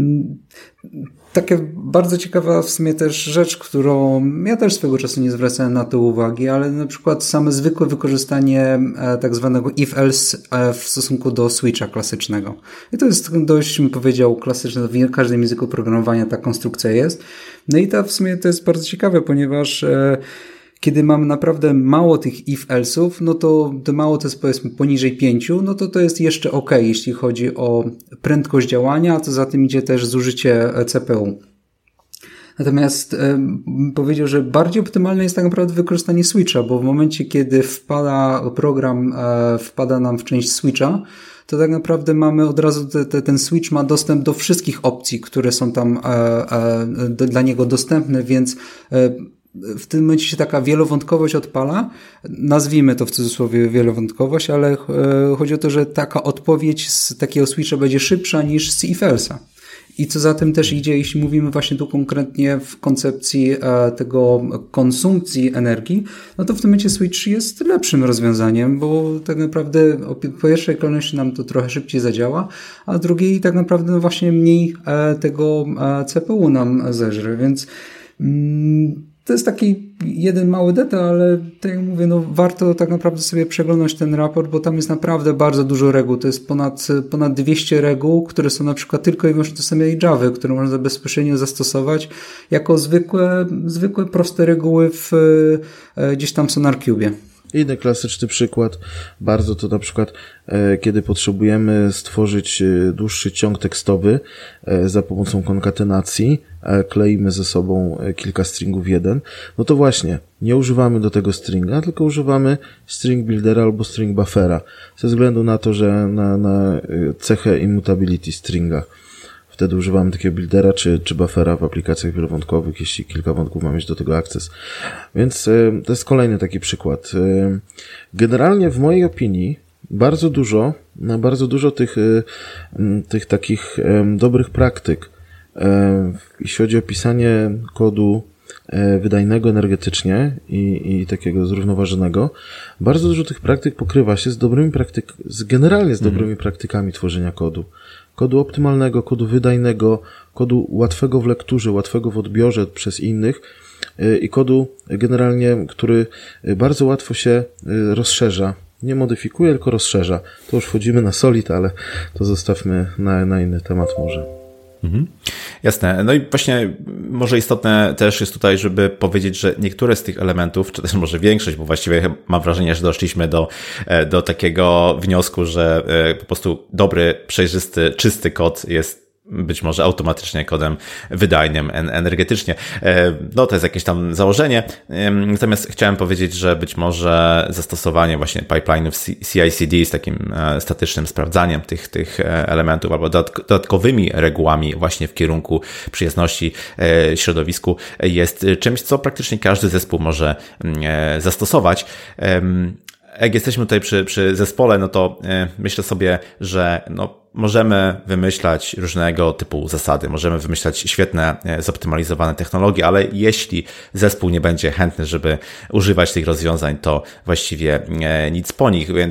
taka bardzo ciekawa w sumie też rzecz, którą ja też swego czasu nie zwracałem na to uwagi, ale na przykład same zwykłe wykorzystanie tak zwanego if-else w stosunku do switcha klasycznego. I to jest dość, bym powiedział, klasyczne, w każdym języku programowania ta konstrukcja jest. No i w sumie to jest bardzo ciekawe, ponieważ kiedy mamy naprawdę mało tych if-else'ów, no to mało to jest powiedzmy poniżej 5, no to jest jeszcze ok, jeśli chodzi o prędkość działania, a co za tym idzie też zużycie CPU. Natomiast powiedział, że bardziej optymalne jest tak naprawdę wykorzystanie switcha, bo w momencie, kiedy wpada nam w część switcha, to tak naprawdę mamy od razu, ten switch ma dostęp do wszystkich opcji, które są tam dla niego dostępne, więc w tym momencie się taka wielowątkowość odpala, nazwijmy to w cudzysłowie wielowątkowość, ale chodzi o to, że taka odpowiedź z takiego switcha będzie szybsza niż z if-else'a. I co za tym też idzie, jeśli mówimy właśnie tu konkretnie w koncepcji tego konsumpcji energii, no to w tym momencie switch jest lepszym rozwiązaniem, bo tak naprawdę po pierwszej kolejności nam to trochę szybciej zadziała, a drugiej tak naprawdę no właśnie mniej tego CPU nam zeżre, więc to jest taki jeden mały detal, ale tak jak mówię, no warto tak naprawdę sobie przeglądać ten raport, bo tam jest naprawdę bardzo dużo reguł. To jest ponad 200 reguł, które są na przykład tylko i wyłącznie do samej Java, które można bezpośrednio zastosować jako zwykłe proste reguły gdzieś tam w SonarQubie. Inny klasyczny przykład, bardzo to na przykład, kiedy potrzebujemy stworzyć dłuższy ciąg tekstowy za pomocą konkatenacji, kleimy ze sobą kilka stringów w jeden, no to właśnie nie używamy do tego stringa, tylko używamy string buildera albo string buffera, ze względu na to, że na cechę immutability stringa. Wtedy używamy takiego buildera czy buffera w aplikacjach wielowątkowych, jeśli kilka wątków ma mieć do tego akces. Więc to jest kolejny taki przykład. Generalnie w mojej opinii bardzo dużo tych takich dobrych praktyk, jeśli chodzi o pisanie kodu wydajnego energetycznie i takiego zrównoważonego, bardzo dużo tych praktyk pokrywa się z dobrymi praktykami tworzenia kodu. Kodu optymalnego, kodu wydajnego, kodu łatwego w lekturze, łatwego w odbiorze przez innych i kodu generalnie, który bardzo łatwo się rozszerza. Nie modyfikuje, tylko rozszerza. To już wchodzimy na Solid, ale to zostawmy na inny temat może. Jasne. No i właśnie może istotne też jest tutaj, żeby powiedzieć, że niektóre z tych elementów, czy też może większość, bo właściwie mam wrażenie, że doszliśmy do takiego wniosku, że po prostu dobry, przejrzysty, czysty kod jest być może automatycznie kodem wydajnym energetycznie. No to jest jakieś tam założenie. Natomiast chciałem powiedzieć, że być może zastosowanie właśnie pipeline'ów CI/CD z takim statycznym sprawdzaniem tych elementów albo dodatkowymi regułami właśnie w kierunku przyjazności środowisku jest czymś, co praktycznie każdy zespół może zastosować. Jak jesteśmy tutaj przy zespole, no to myślę sobie, że możemy wymyślać różnego typu zasady, możemy wymyślać świetne, zoptymalizowane technologie, ale jeśli zespół nie będzie chętny, żeby używać tych rozwiązań, to właściwie nic po nich, więc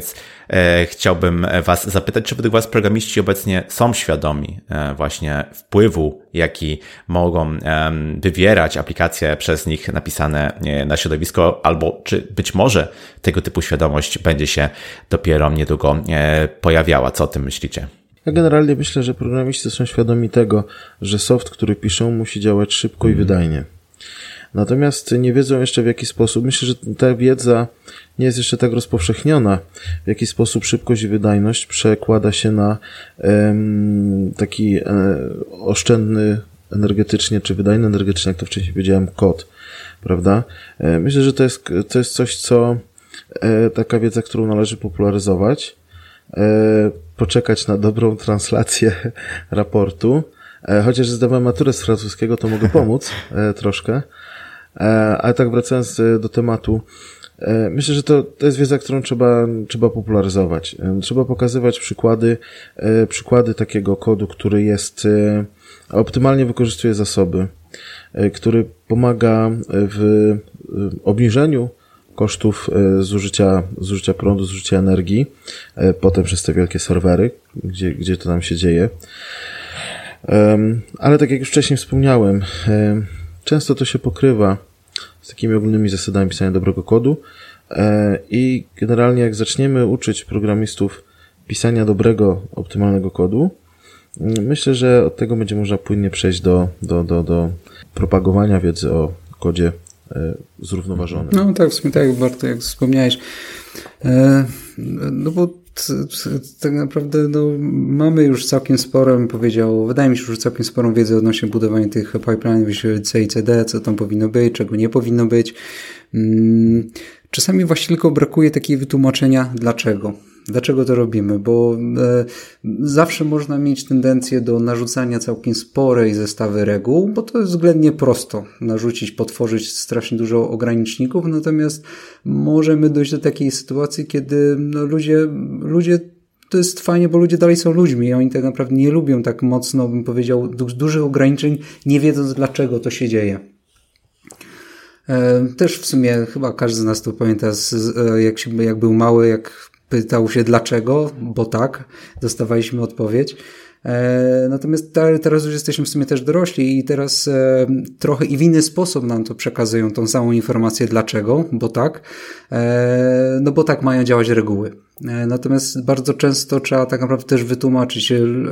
chciałbym Was zapytać, czy według Was programiści obecnie są świadomi właśnie wpływu, jaki mogą wywierać aplikacje przez nich napisane na środowisko, albo czy być może tego typu świadomość będzie się dopiero niedługo pojawiała. Co o tym myślicie? Ja generalnie myślę, że programiści są świadomi tego, że soft, który piszą, musi działać szybko i wydajnie. Natomiast nie wiedzą jeszcze w jaki sposób, myślę, że ta wiedza nie jest jeszcze tak rozpowszechniona, w jaki sposób szybkość i wydajność przekłada się na taki oszczędny energetycznie, czy wydajny energetycznie, jak to wcześniej powiedziałem, kod, prawda? Myślę, że to jest coś, co taka wiedza, którą należy popularyzować, poczekać na dobrą translację raportu, chociaż zdawałem maturę z francuskiego, to mogę pomóc troszkę. Ale tak wracając do tematu, myślę, że to jest wiedza, którą trzeba popularyzować. Trzeba pokazywać przykłady takiego kodu, który optymalnie wykorzystuje zasoby, który pomaga w obniżeniu kosztów zużycia prądu, zużycia energii, potem przez te wielkie serwery, gdzie to nam się dzieje. Ale tak jak już wcześniej wspomniałem, często to się pokrywa z takimi ogólnymi zasadami pisania dobrego kodu i generalnie jak zaczniemy uczyć programistów pisania dobrego, optymalnego kodu, myślę, że od tego będzie można płynnie przejść do propagowania wiedzy o kodzie zrównoważonym. No tak, w sumie tak, Bartek, jak wspomniałeś. No bo tak naprawdę mamy już całkiem sporą, wydaje mi się, że całkiem sporą wiedzę odnośnie budowania tych pipeline'ów C i CD, co tam powinno być, czego nie powinno być. Czasami właśnie tylko brakuje takiego wytłumaczenia dlaczego. Dlaczego to robimy? Bo zawsze można mieć tendencję do narzucania całkiem sporej zestawy reguł, bo to jest względnie prosto narzucić, potworzyć strasznie dużo ograniczników, natomiast możemy dojść do takiej sytuacji, kiedy ludzie to jest fajnie, bo ludzie dalej są ludźmi i oni tak naprawdę nie lubią tak mocno, bym powiedział, dużych ograniczeń, nie wiedząc dlaczego to się dzieje. Też w sumie chyba każdy z nas to pamięta, jak był mały, jak pytał się dlaczego, bo tak, dostawaliśmy odpowiedź. Natomiast teraz już jesteśmy w sumie też dorośli i teraz trochę i w inny sposób nam to przekazują tą samą informację dlaczego, bo tak. No bo tak mają działać reguły. Natomiast bardzo często trzeba tak naprawdę też wytłumaczyć.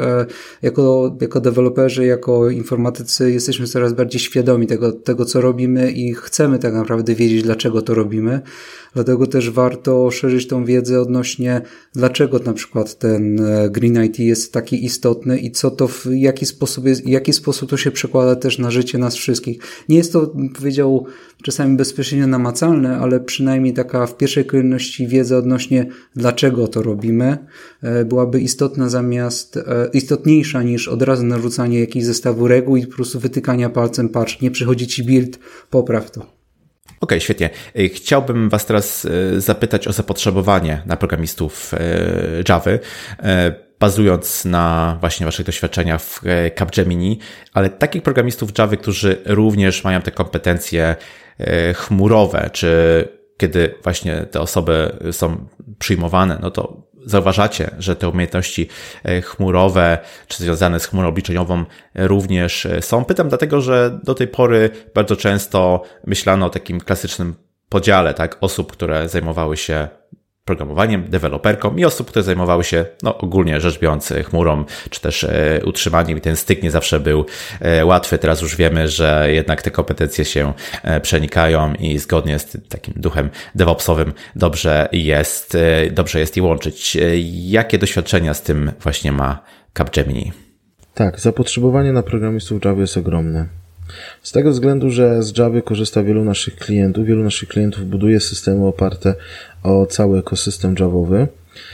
Jako deweloperzy, jako informatycy jesteśmy coraz bardziej świadomi tego, co robimy i chcemy tak naprawdę wiedzieć, dlaczego to robimy. Dlatego też warto szerzyć tą wiedzę odnośnie dlaczego na przykład ten Green IT jest taki istotny i co to, w jaki sposób to się przekłada też na życie nas wszystkich. Nie jest to, powiedział, czasami bezpośrednio namacalne, ale przynajmniej taka w pierwszej kolejności wiedza odnośnie dlaczego to robimy byłaby istotniejsza niż od razu narzucanie jakichś zestawu reguł i po prostu wytykania palcem, patrz, nie przychodzi ci build, popraw to. Okej, świetnie. Chciałbym Was teraz zapytać o zapotrzebowanie na programistów Java, bazując na właśnie Waszych doświadczeniach w Capgemini, ale takich programistów Java, którzy również mają te kompetencje chmurowe, czy kiedy właśnie te osoby są przyjmowane, no to zauważacie, że te umiejętności chmurowe, czy związane z chmurą obliczeniową również są. Pytam dlatego, że do tej pory bardzo często myślano o takim klasycznym podziale, tak, osób, które zajmowały się programowaniem, deweloperką i osób, które zajmowały się, no ogólnie rzecz biorąc, chmurą, czy też utrzymaniem i ten styk nie zawsze był łatwy. Teraz już wiemy, że jednak te kompetencje się przenikają i zgodnie z takim duchem DevOpsowym dobrze jest je łączyć. Jakie doświadczenia z tym właśnie ma Capgemini? Tak, zapotrzebowanie na programistów Java jest ogromne. Z tego względu, że z Java korzysta wielu naszych klientów buduje systemy oparte o cały ekosystem javowy,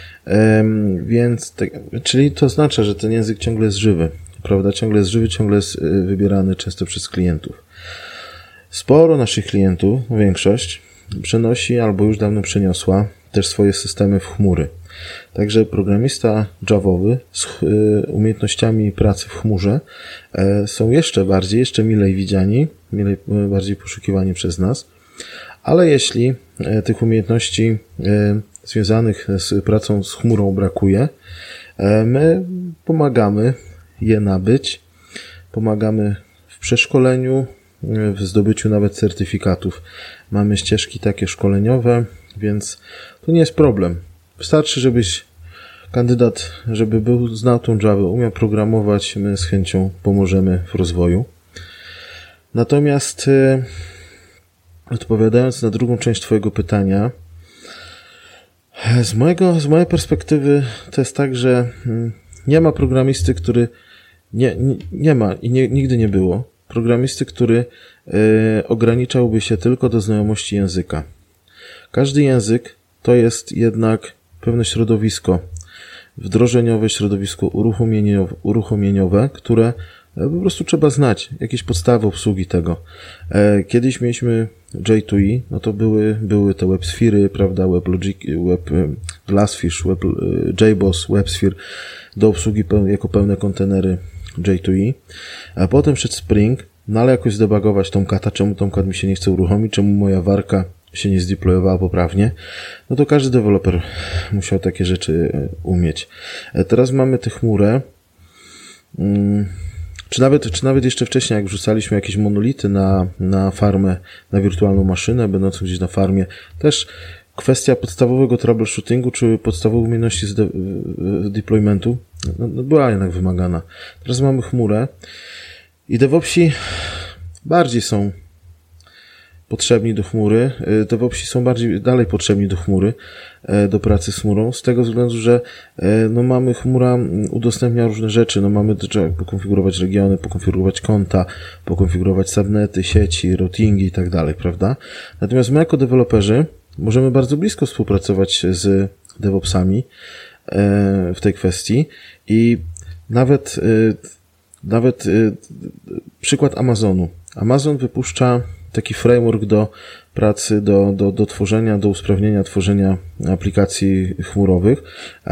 czyli to oznacza, że ten język ciągle jest żywy, prawda? Ciągle jest żywy, ciągle jest wybierany często przez klientów. Sporo naszych klientów, większość, przenosi albo już dawno przeniosła też swoje systemy w chmury. Także programista javowy z umiejętnościami pracy w chmurze są jeszcze milej widziani, bardziej poszukiwani przez nas. Ale jeśli tych umiejętności związanych z pracą z chmurą brakuje, my pomagamy je nabyć, pomagamy w przeszkoleniu, w zdobyciu nawet certyfikatów. Mamy ścieżki takie szkoleniowe, więc to nie jest problem. Wystarczy, żebyś kandydat, znał tą Javę, umiał programować, my z chęcią pomożemy w rozwoju. Natomiast odpowiadając na drugą część twojego pytania, z mojej perspektywy to jest tak, że nie ma programisty, który nie ma i nigdy nie było programisty, który ograniczałby się tylko do znajomości języka. Każdy język to jest jednak pewne środowisko wdrożeniowe, środowisko uruchomieniowe, które po prostu trzeba znać, jakieś podstawy obsługi tego. Kiedyś mieliśmy J2E, no to były te WebSphere'y, prawda, WebLogic, Glassfish, JBoss, WebSphere do obsługi jako pełne kontenery J2E, a potem szedł Spring, no ale jakoś zdebugować Tomcata, czemu Tomcat mi się nie chce uruchomić, czemu moja warka się nie zdeployowała poprawnie, no to każdy deweloper musiał takie rzeczy umieć. Teraz mamy tę chmurę, czy nawet jeszcze wcześniej, jak wrzucaliśmy jakieś monolity na farmę, na wirtualną maszynę, będącą gdzieś na farmie, też kwestia podstawowego troubleshootingu, czy podstawowych umiejętności z deploymentu, no była jednak wymagana. Teraz mamy chmurę i DevOpsi bardziej są potrzebni do chmury, DevOpsi są dalej potrzebni do chmury, do pracy z chmurą, z tego względu, że chmura udostępnia różne rzeczy, trzeba pokonfigurować regiony, pokonfigurować konta, pokonfigurować subnety, sieci, routingi i tak dalej, prawda? Natomiast my jako deweloperzy możemy bardzo blisko współpracować z DevOpsami w tej kwestii i nawet przykład Amazonu. Amazon wypuszcza taki framework do pracy, do tworzenia, do usprawnienia tworzenia aplikacji chmurowych,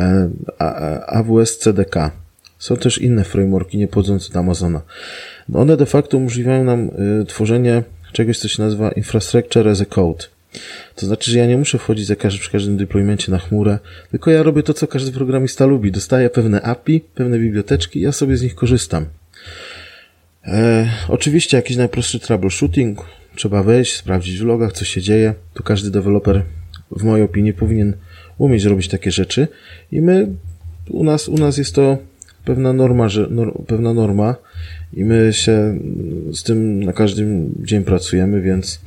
AWS CDK. Są też inne frameworki nie pochodzące od Amazona. One de facto umożliwiają nam tworzenie czegoś, co się nazywa Infrastructure as a Code. To znaczy, że ja nie muszę wchodzić przy każdym deploymencie na chmurę, tylko ja robię to, co każdy programista lubi. Dostaję pewne API, pewne biblioteczki i ja sobie z nich korzystam. Oczywiście jakiś najprostszy troubleshooting, trzeba wejść, sprawdzić w logach, co się dzieje. To każdy deweloper, w mojej opinii, powinien umieć robić takie rzeczy i u nas jest to pewna norma i my się z tym na każdy dzień pracujemy, więc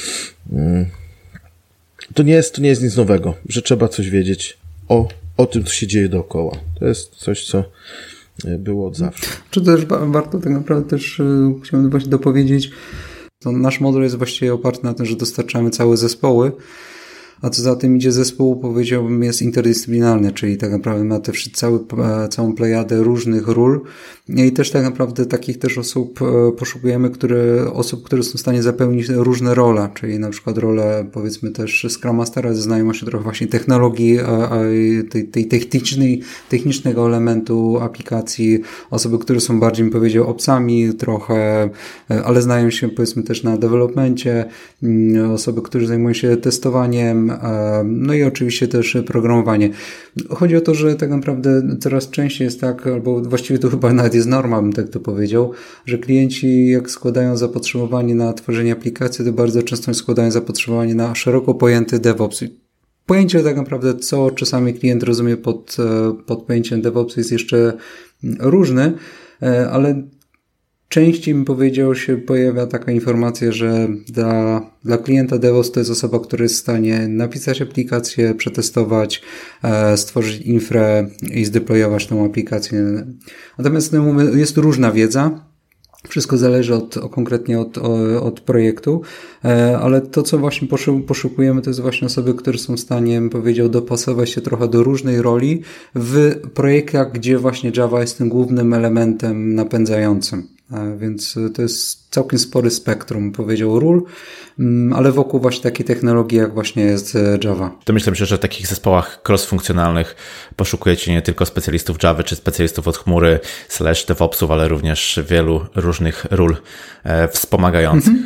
to nie jest nic nowego, że trzeba coś wiedzieć o tym, co się dzieje dookoła. To jest coś, co było od zawsze. Czy też warto tak naprawdę też chciałbym właśnie dopowiedzieć, to nasz model jest właściwie oparty na tym, że dostarczamy całe zespoły, a co za tym idzie zespół, powiedziałbym, jest interdyscyplinarny, czyli tak naprawdę ma całą plejadę różnych ról i też tak naprawdę takich też osób poszukujemy, które są w stanie zapełnić różne role, czyli na przykład rolę, powiedzmy też Scrum Mastera ze znajomością trochę właśnie technologii, tej technicznego elementu aplikacji, osoby, które są bardziej, bym powiedział, opsami trochę, ale znają się, powiedzmy, też na developmencie, osoby, które zajmują się testowaniem, no i oczywiście też programowanie. Chodzi o to, że tak naprawdę coraz częściej jest tak, albo właściwie to chyba nawet jest norma, bym tak to powiedział, że klienci jak składają zapotrzebowanie na tworzenie aplikacji, to bardzo często składają zapotrzebowanie na szeroko pojęty DevOps. Pojęcie tak naprawdę, co czasami klient rozumie pod pojęciem DevOps, jest jeszcze różne, ale częściej, bym powiedział, się pojawia taka informacja, że dla klienta DevOps to jest osoba, która jest w stanie napisać aplikację, przetestować, stworzyć infrę i zdeployować tą aplikację. Natomiast jest tu różna wiedza. Wszystko zależy konkretnie od projektu, ale to, co właśnie poszukujemy, to jest właśnie osoby, które są w stanie, bym powiedział, dopasować się trochę do różnej roli w projektach, gdzie właśnie Java jest tym głównym elementem napędzającym. Więc to jest całkiem spory spektrum, powiedział, ról, ale wokół właśnie takiej technologii, jak właśnie jest Java. To myślę, że w takich zespołach cross-funkcjonalnych poszukujecie nie tylko specjalistów Java, czy specjalistów od chmury / DevOpsów, ale również wielu różnych ról wspomagających.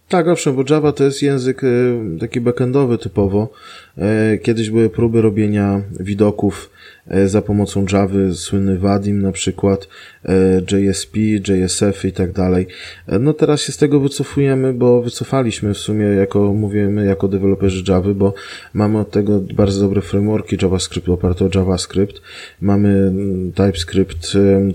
Tak, owszem, bo Java to jest język taki backendowy typowo. Kiedyś były próby robienia widoków za pomocą Javy, słynny Vadim na przykład, JSP, JSF i tak dalej. No teraz się z tego wycofujemy, bo wycofaliśmy w sumie, mówimy, jako deweloperzy Javy, bo mamy od tego bardzo dobre frameworki JavaScript oparte o JavaScript, mamy TypeScript,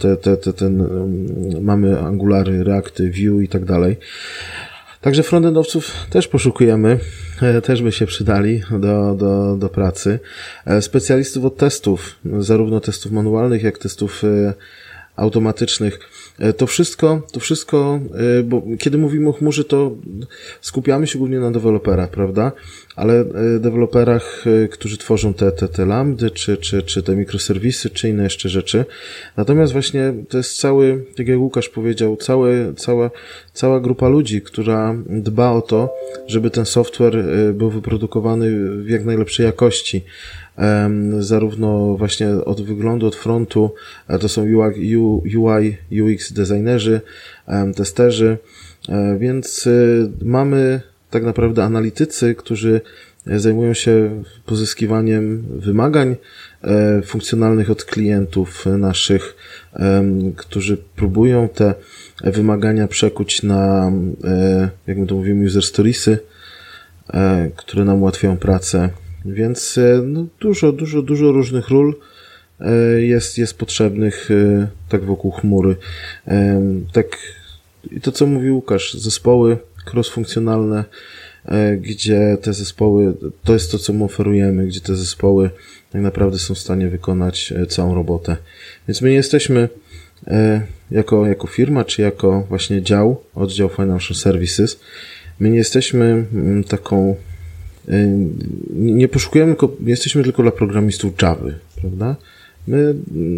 mamy Angulary, Reacty, Vue i tak dalej. Także frontendowców też poszukujemy, też by się przydali do pracy. Specjalistów od testów, zarówno testów manualnych, jak testów automatycznych. To wszystko, bo kiedy mówimy o chmurze, to skupiamy się głównie na deweloperach, prawda? Ale deweloperach, którzy tworzą te lambdy, czy te mikroserwisy, czy inne jeszcze rzeczy. Natomiast właśnie to jest tak jak Łukasz powiedział, cała grupa ludzi, która dba o to, żeby ten software był wyprodukowany w jak najlepszej jakości. Zarówno właśnie od wyglądu, od frontu, to są UI, UX designerzy, testerzy, więc mamy tak naprawdę analitycy, którzy zajmują się pozyskiwaniem wymagań funkcjonalnych od klientów naszych, którzy próbują te wymagania przekuć na, jak my to mówimy, user storiesy, które nam ułatwiają pracę. Więc no, dużo różnych ról jest potrzebnych tak wokół chmury. Tak, i to co mówił Łukasz, zespoły cross-funkcjonalne, gdzie te zespoły, to jest to co my oferujemy, gdzie te zespoły tak naprawdę są w stanie wykonać całą robotę. Więc my nie jesteśmy jako firma, czy jako właśnie oddział Financial Services, my nie jesteśmy nie poszukujemy, nie jesteśmy tylko dla programistów Java, prawda? My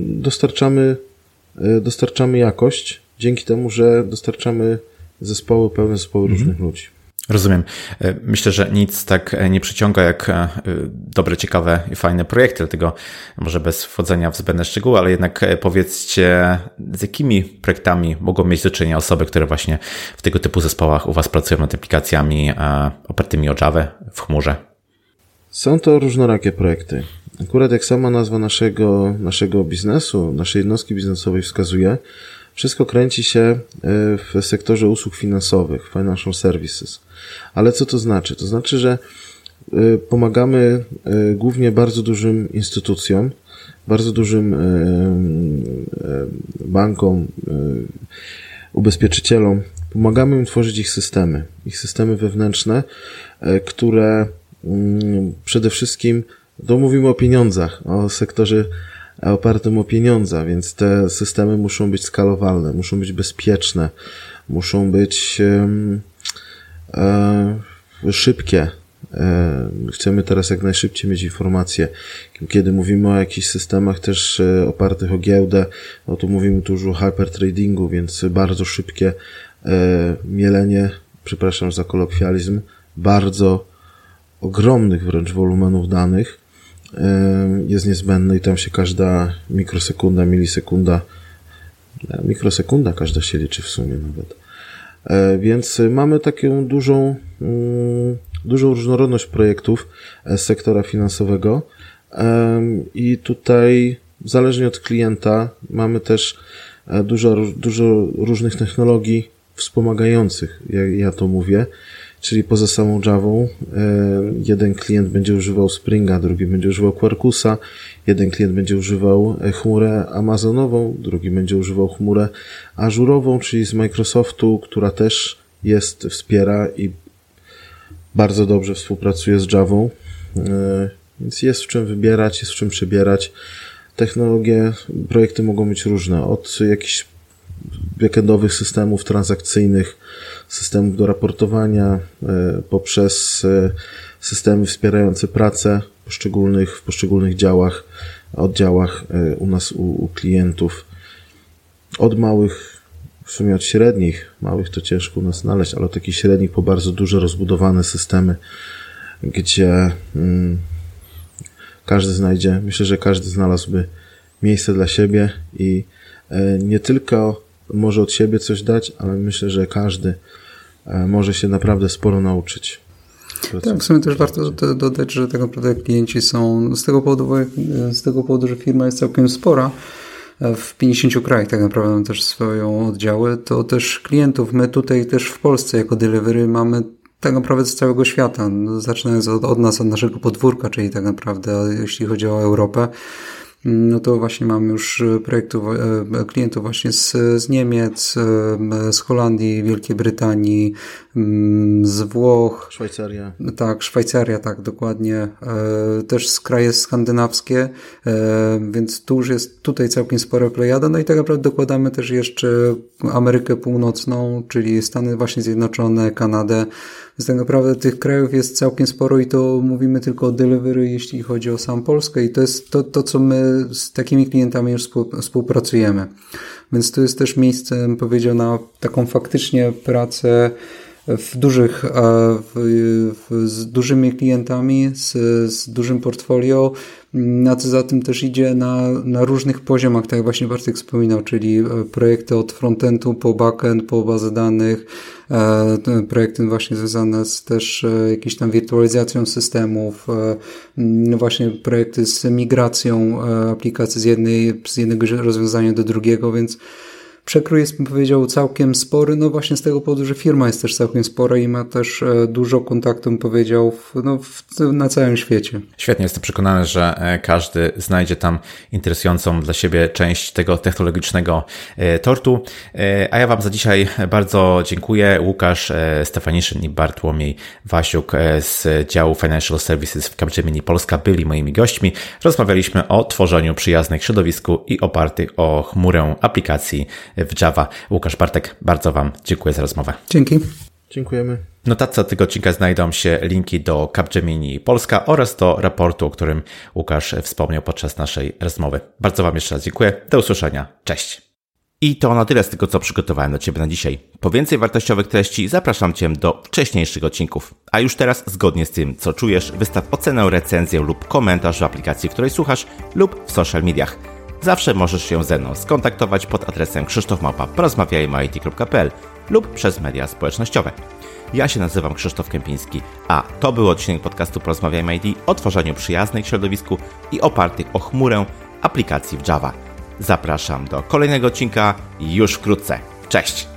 dostarczamy jakość dzięki temu, że dostarczamy pełne zespoły różnych ludzi. Rozumiem. Myślę, że nic tak nie przyciąga jak dobre, ciekawe i fajne projekty, dlatego może bez wchodzenia w zbędne szczegóły, ale jednak powiedzcie, z jakimi projektami mogą mieć do czynienia osoby, które właśnie w tego typu zespołach u Was pracują nad aplikacjami opartymi o Java w chmurze? Są to różnorakie projekty. Akurat jak sama nazwa naszego biznesu, naszej jednostki biznesowej wskazuje, wszystko kręci się w sektorze usług finansowych, financial services. Ale co to znaczy? To znaczy, że pomagamy głównie bardzo dużym instytucjom, bardzo dużym bankom, ubezpieczycielom. Pomagamy im tworzyć ich systemy wewnętrzne, które przede wszystkim, mówimy o pieniądzach, o sektorze opartym o pieniądze, więc te systemy muszą być skalowalne, muszą być bezpieczne, muszą być szybkie. Chcemy teraz jak najszybciej mieć informacje. Kiedy mówimy o jakichś systemach też opartych o giełdę, no to mówimy tu już o hypertradingu, więc bardzo szybkie mielenie, przepraszam za kolokwializm, bardzo ogromnych wręcz wolumenów danych jest niezbędne i tam się każda mikrosekunda, mikrosekunda każda się liczy w sumie nawet. Więc mamy taką dużą różnorodność projektów z sektora finansowego i tutaj zależnie od klienta mamy też dużo różnych technologii wspomagających, jak ja to mówię, czyli poza samą Javą jeden klient będzie używał Springa, drugi będzie używał Quarkusa, jeden klient będzie używał chmurę Amazonową, drugi będzie używał chmurę Azure'ową, czyli z Microsoftu, która też wspiera i bardzo dobrze współpracuje z Javą, więc jest w czym wybierać, jest w czym przebierać. Projekty mogą być różne, od jakichś backendowych systemów transakcyjnych, systemów do raportowania, poprzez systemy wspierające pracę w poszczególnych oddziałach u nas, u klientów. Od małych, w sumie od średnich, małych to ciężko u nas znaleźć, ale od takich średnich po bardzo duże, rozbudowane systemy, gdzie myślę, że każdy znalazłby miejsce dla siebie i nie tylko może od siebie coś dać, ale myślę, że każdy może się naprawdę sporo nauczyć. Tak, w sumie też warto dodać, że tak naprawdę klienci są z tego powodu, że firma jest całkiem spora, w 50 krajach tak naprawdę mamy też swoją oddziały, to też klientów, my tutaj też w Polsce jako delivery mamy tak naprawdę z całego świata, zaczynając od nas, od naszego podwórka, czyli tak naprawdę jeśli chodzi o Europę, no to właśnie mamy już klientów właśnie z Niemiec, z Holandii, Wielkiej Brytanii, z Włoch. Szwajcaria. Tak, Szwajcaria, tak, dokładnie. Też z kraje skandynawskie, więc tu już jest tutaj całkiem spora plejada. No i tak naprawdę dokładamy też jeszcze Amerykę Północną, czyli Stany właśnie Zjednoczone, Kanadę. Więc tak naprawdę tych krajów jest całkiem sporo i to mówimy tylko o delivery, jeśli chodzi o samą Polskę i to jest to, co my z takimi klientami już współpracujemy. Więc to jest też miejsce, bym powiedział, na taką faktycznie pracę z dużymi klientami, z dużym portfolio, a co za tym też idzie na różnych poziomach, tak jak właśnie Bartek wspominał, czyli projekty od frontendu po backend, po bazę danych, projekty właśnie związane z też jakąś tam wirtualizacją systemów, właśnie projekty z migracją aplikacji z jednego rozwiązania do drugiego, więc przekrój jest, bym powiedział, całkiem spory, no właśnie z tego powodu, że firma jest też całkiem spora i ma też dużo kontaktu, bym powiedział, na całym świecie. Świetnie, jestem przekonany, że każdy znajdzie tam interesującą dla siebie część tego technologicznego tortu. A ja Wam za dzisiaj bardzo dziękuję. Łukasz Stefaniszyn i Bartłomiej Wasiuk z działu Financial Services w Capgemini Polska byli moimi gośćmi. Rozmawialiśmy o tworzeniu przyjaznych środowisku i opartych o chmurę aplikacji w Java. Łukasz, Bartek, bardzo Wam dziękuję za rozmowę. Dzięki. Dziękujemy. W notatce tego odcinka znajdą się linki do Capgemini Polska oraz do raportu, o którym Łukasz wspomniał podczas naszej rozmowy. Bardzo Wam jeszcze raz dziękuję. Do usłyszenia. Cześć. I to na tyle z tego, co przygotowałem dla Ciebie na dzisiaj. Po więcej wartościowych treści zapraszam Cię do wcześniejszych odcinków. A już teraz, zgodnie z tym, co czujesz, wystaw ocenę, recenzję lub komentarz w aplikacji, w której słuchasz lub w social mediach. Zawsze możesz się ze mną skontaktować pod adresem krzysztofmałpa.porozmawiajmy.it.pl lub przez media społecznościowe. Ja się nazywam Krzysztof Kępiński, a to był odcinek podcastu Porozmawiajmy IT o tworzeniu przyjaznych środowisku i opartych o chmurę aplikacji w Java. Zapraszam do kolejnego odcinka już wkrótce. Cześć!